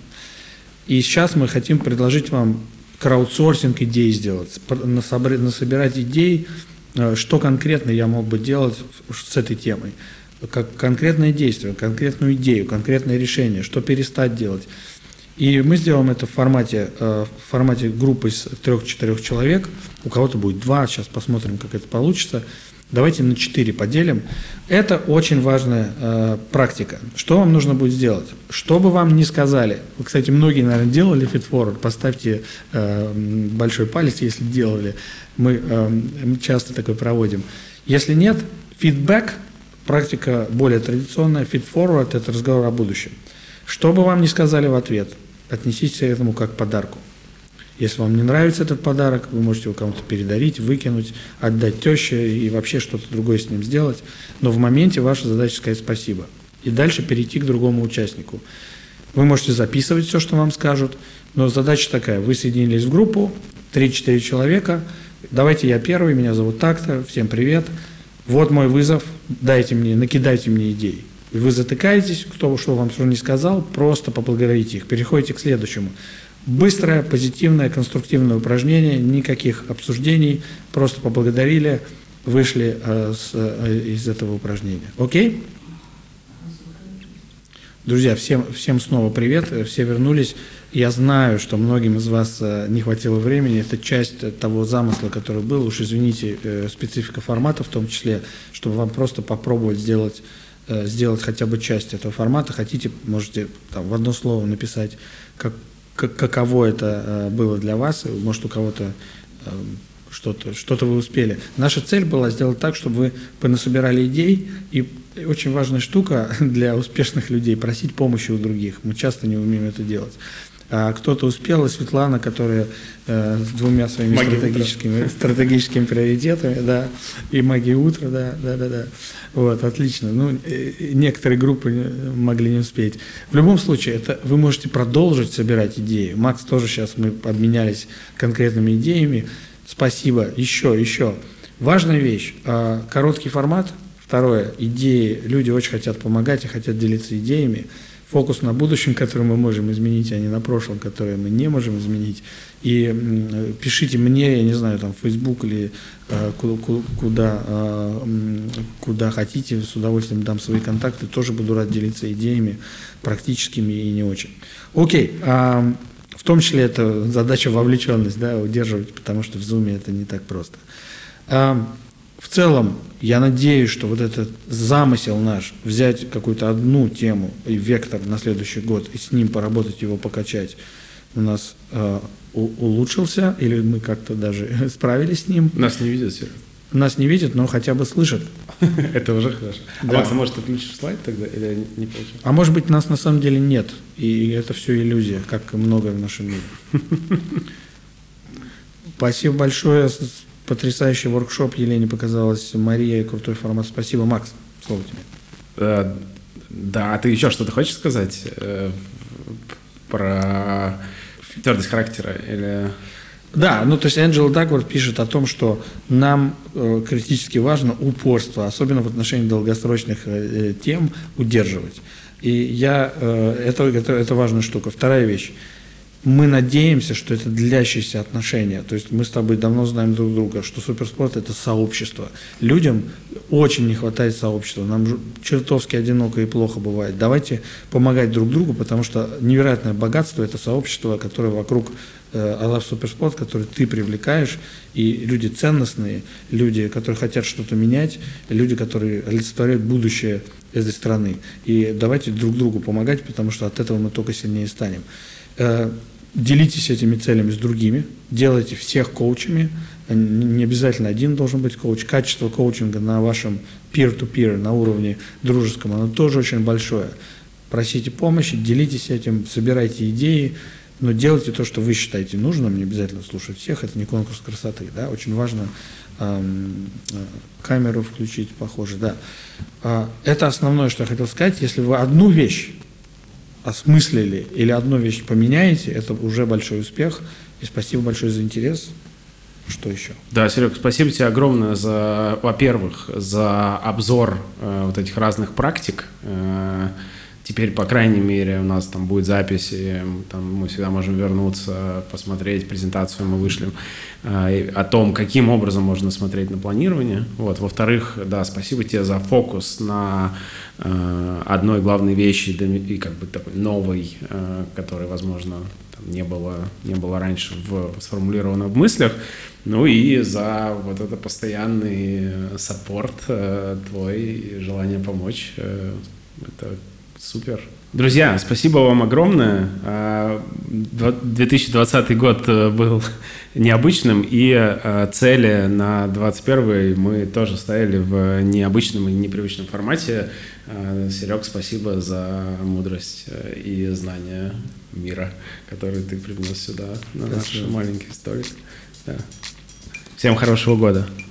И сейчас мы хотим предложить вам краудсорсинг идей сделать, насобирать идей, что конкретно я мог бы делать с этой темой. Как конкретное действие, конкретную идею, конкретное решение, что перестать делать. И мы сделаем это в формате, в формате группы из трех-четырех человек. У кого-то будет два, сейчас посмотрим, как это получится. Давайте на четыре поделим. Это очень важная э, практика. Что вам нужно будет сделать? Что бы вам ни сказали. Вы, кстати, многие, наверное, делали feedforward. Поставьте э, большой палец, если делали. Мы э, часто такое проводим. Если нет, фидбэк, практика более традиционная. Feedforward – это разговор о будущем. Что бы вам ни сказали в ответ, отнеситесь к этому как к подарку. Если вам не нравится этот подарок, вы можете его кому-то передарить, выкинуть, отдать теще и вообще что-то другое с ним сделать. Но в моменте ваша задача сказать спасибо. И дальше перейти к другому участнику. Вы можете записывать все, что вам скажут, но задача такая. Вы соединились в группу, три-четыре человека. Давайте я первый, меня зовут так-то, всем привет. Вот мой вызов, дайте мне, накидайте мне идеи. Вы затыкаетесь, кто что вам что не сказал, просто поблагодарите их. Переходите к следующему. Быстрое, позитивное, конструктивное упражнение, никаких обсуждений, просто поблагодарили, вышли э, с, э, из этого упражнения. Окей? Друзья, всем, всем снова привет, все вернулись. Я знаю, что многим из вас э, не хватило времени, это часть того замысла, который был, уж извините, э, специфика формата в том числе, чтобы вам просто попробовать сделать э, сделать хотя бы часть этого формата. Хотите, можете там, в одно слово написать, как Как, каково это э, было для вас, может, у кого-то э, что-то, что-то вы успели. Наша цель была сделать так, чтобы вы понасобирали идей, и очень важная штука для успешных людей – просить помощи у других. Мы часто не умеем это делать. А кто-то успел, и Светлана, которая э, с двумя своими стратегическими, стратегическими приоритетами, да, и магия утра, да, да, да, да. Вот, отлично. Ну, э, некоторые группы могли не успеть. В любом случае, это вы можете продолжить собирать идеи. Макс тоже сейчас мы обменялись конкретными идеями. Спасибо. Еще, еще. Важная вещь. Э, короткий формат. Второе. Идеи. Люди очень хотят помогать и хотят делиться идеями. фокус на будущем, который мы можем изменить, а не на прошлом, которое мы не можем изменить. И пишите мне, я не знаю, там, в Facebook или э, куда, э, куда хотите, с удовольствием дам свои контакты, тоже буду рад делиться идеями практическими и не очень. Окей, а, в том числе это задача вовлеченность, да, удерживать, потому что в Zoom это не так просто. А, в целом, я надеюсь, что вот этот замысел наш, взять какую-то одну тему и вектор на следующий год и с ним поработать, его покачать, у нас э, у, улучшился, или мы как-то даже справились с ним. Нас не видят, Серега. Нас не видят, но хотя бы слышат. Это уже хорошо. Да. А Макс, а может, ты включишь слайд тогда, или не получится? А может быть, нас на самом деле нет, и это все иллюзия, как и многое в нашем мире. Спасибо большое. Потрясающий воркшоп. Елене показалась, Мария, крутой формат. Спасибо, Макс. Слово тебе. Э, да, а ты еще что-то хочешь сказать э, про твердость характера? Или... Да, ну то есть Энджела Дакворт пишет о том, что нам э, критически важно упорство, особенно в отношении долгосрочных э, тем, удерживать. И я, э, это, это, это важная штука. Вторая вещь. Мы надеемся, что это длящиеся отношения. То есть мы с тобой давно знаем друг друга, что суперспорт – это сообщество. Людям очень не хватает сообщества. Нам чертовски одиноко и плохо бывает. Давайте помогать друг другу, потому что невероятное богатство – это сообщество, которое вокруг I Love Суперспорт, которое ты привлекаешь. И люди ценностные, люди, которые хотят что-то менять, люди, которые олицетворяют будущее этой страны. И давайте друг другу помогать, потому что от этого мы только сильнее станем. Делитесь этими целями с другими, делайте всех коучами, не обязательно один должен быть коуч. Качество коучинга на вашем peer-to-peer, на уровне дружеском, оно тоже очень большое. Просите помощи, делитесь этим, собирайте идеи, но делайте то, что вы считаете нужным, не обязательно слушать всех, это не конкурс красоты, да, очень важно эм, камеру включить, похоже, да. А, это основное, что я хотел сказать. Если вы одну вещь осмыслили или одну вещь поменяете, это уже большой успех. И спасибо большое за интерес. Что еще? Да, Серег, спасибо тебе огромное за, во-первых, за обзор э, вот этих разных практик. Э, теперь, по крайней мере, у нас там будет запись, и, там, мы всегда можем вернуться, посмотреть презентацию, мы вышлем э, о том, каким образом можно смотреть на планирование. Вот. Во-вторых, да, спасибо тебе за фокус на э, одной главной вещи и как бы такой новой, э, которой, возможно, там, не было, не было раньше в, сформулировано в мыслях. Ну и за вот это постоянный саппорт э, твой, желание помочь. Э, это супер. Друзья, спасибо вам огромное. две тысячи двадцатый год был необычным, и цели на двадцать первый мы тоже ставили в необычном и непривычном формате. Серег, спасибо за мудрость и знания мира, которые ты привнес сюда, на наш маленький столик. Да. Всем хорошего года.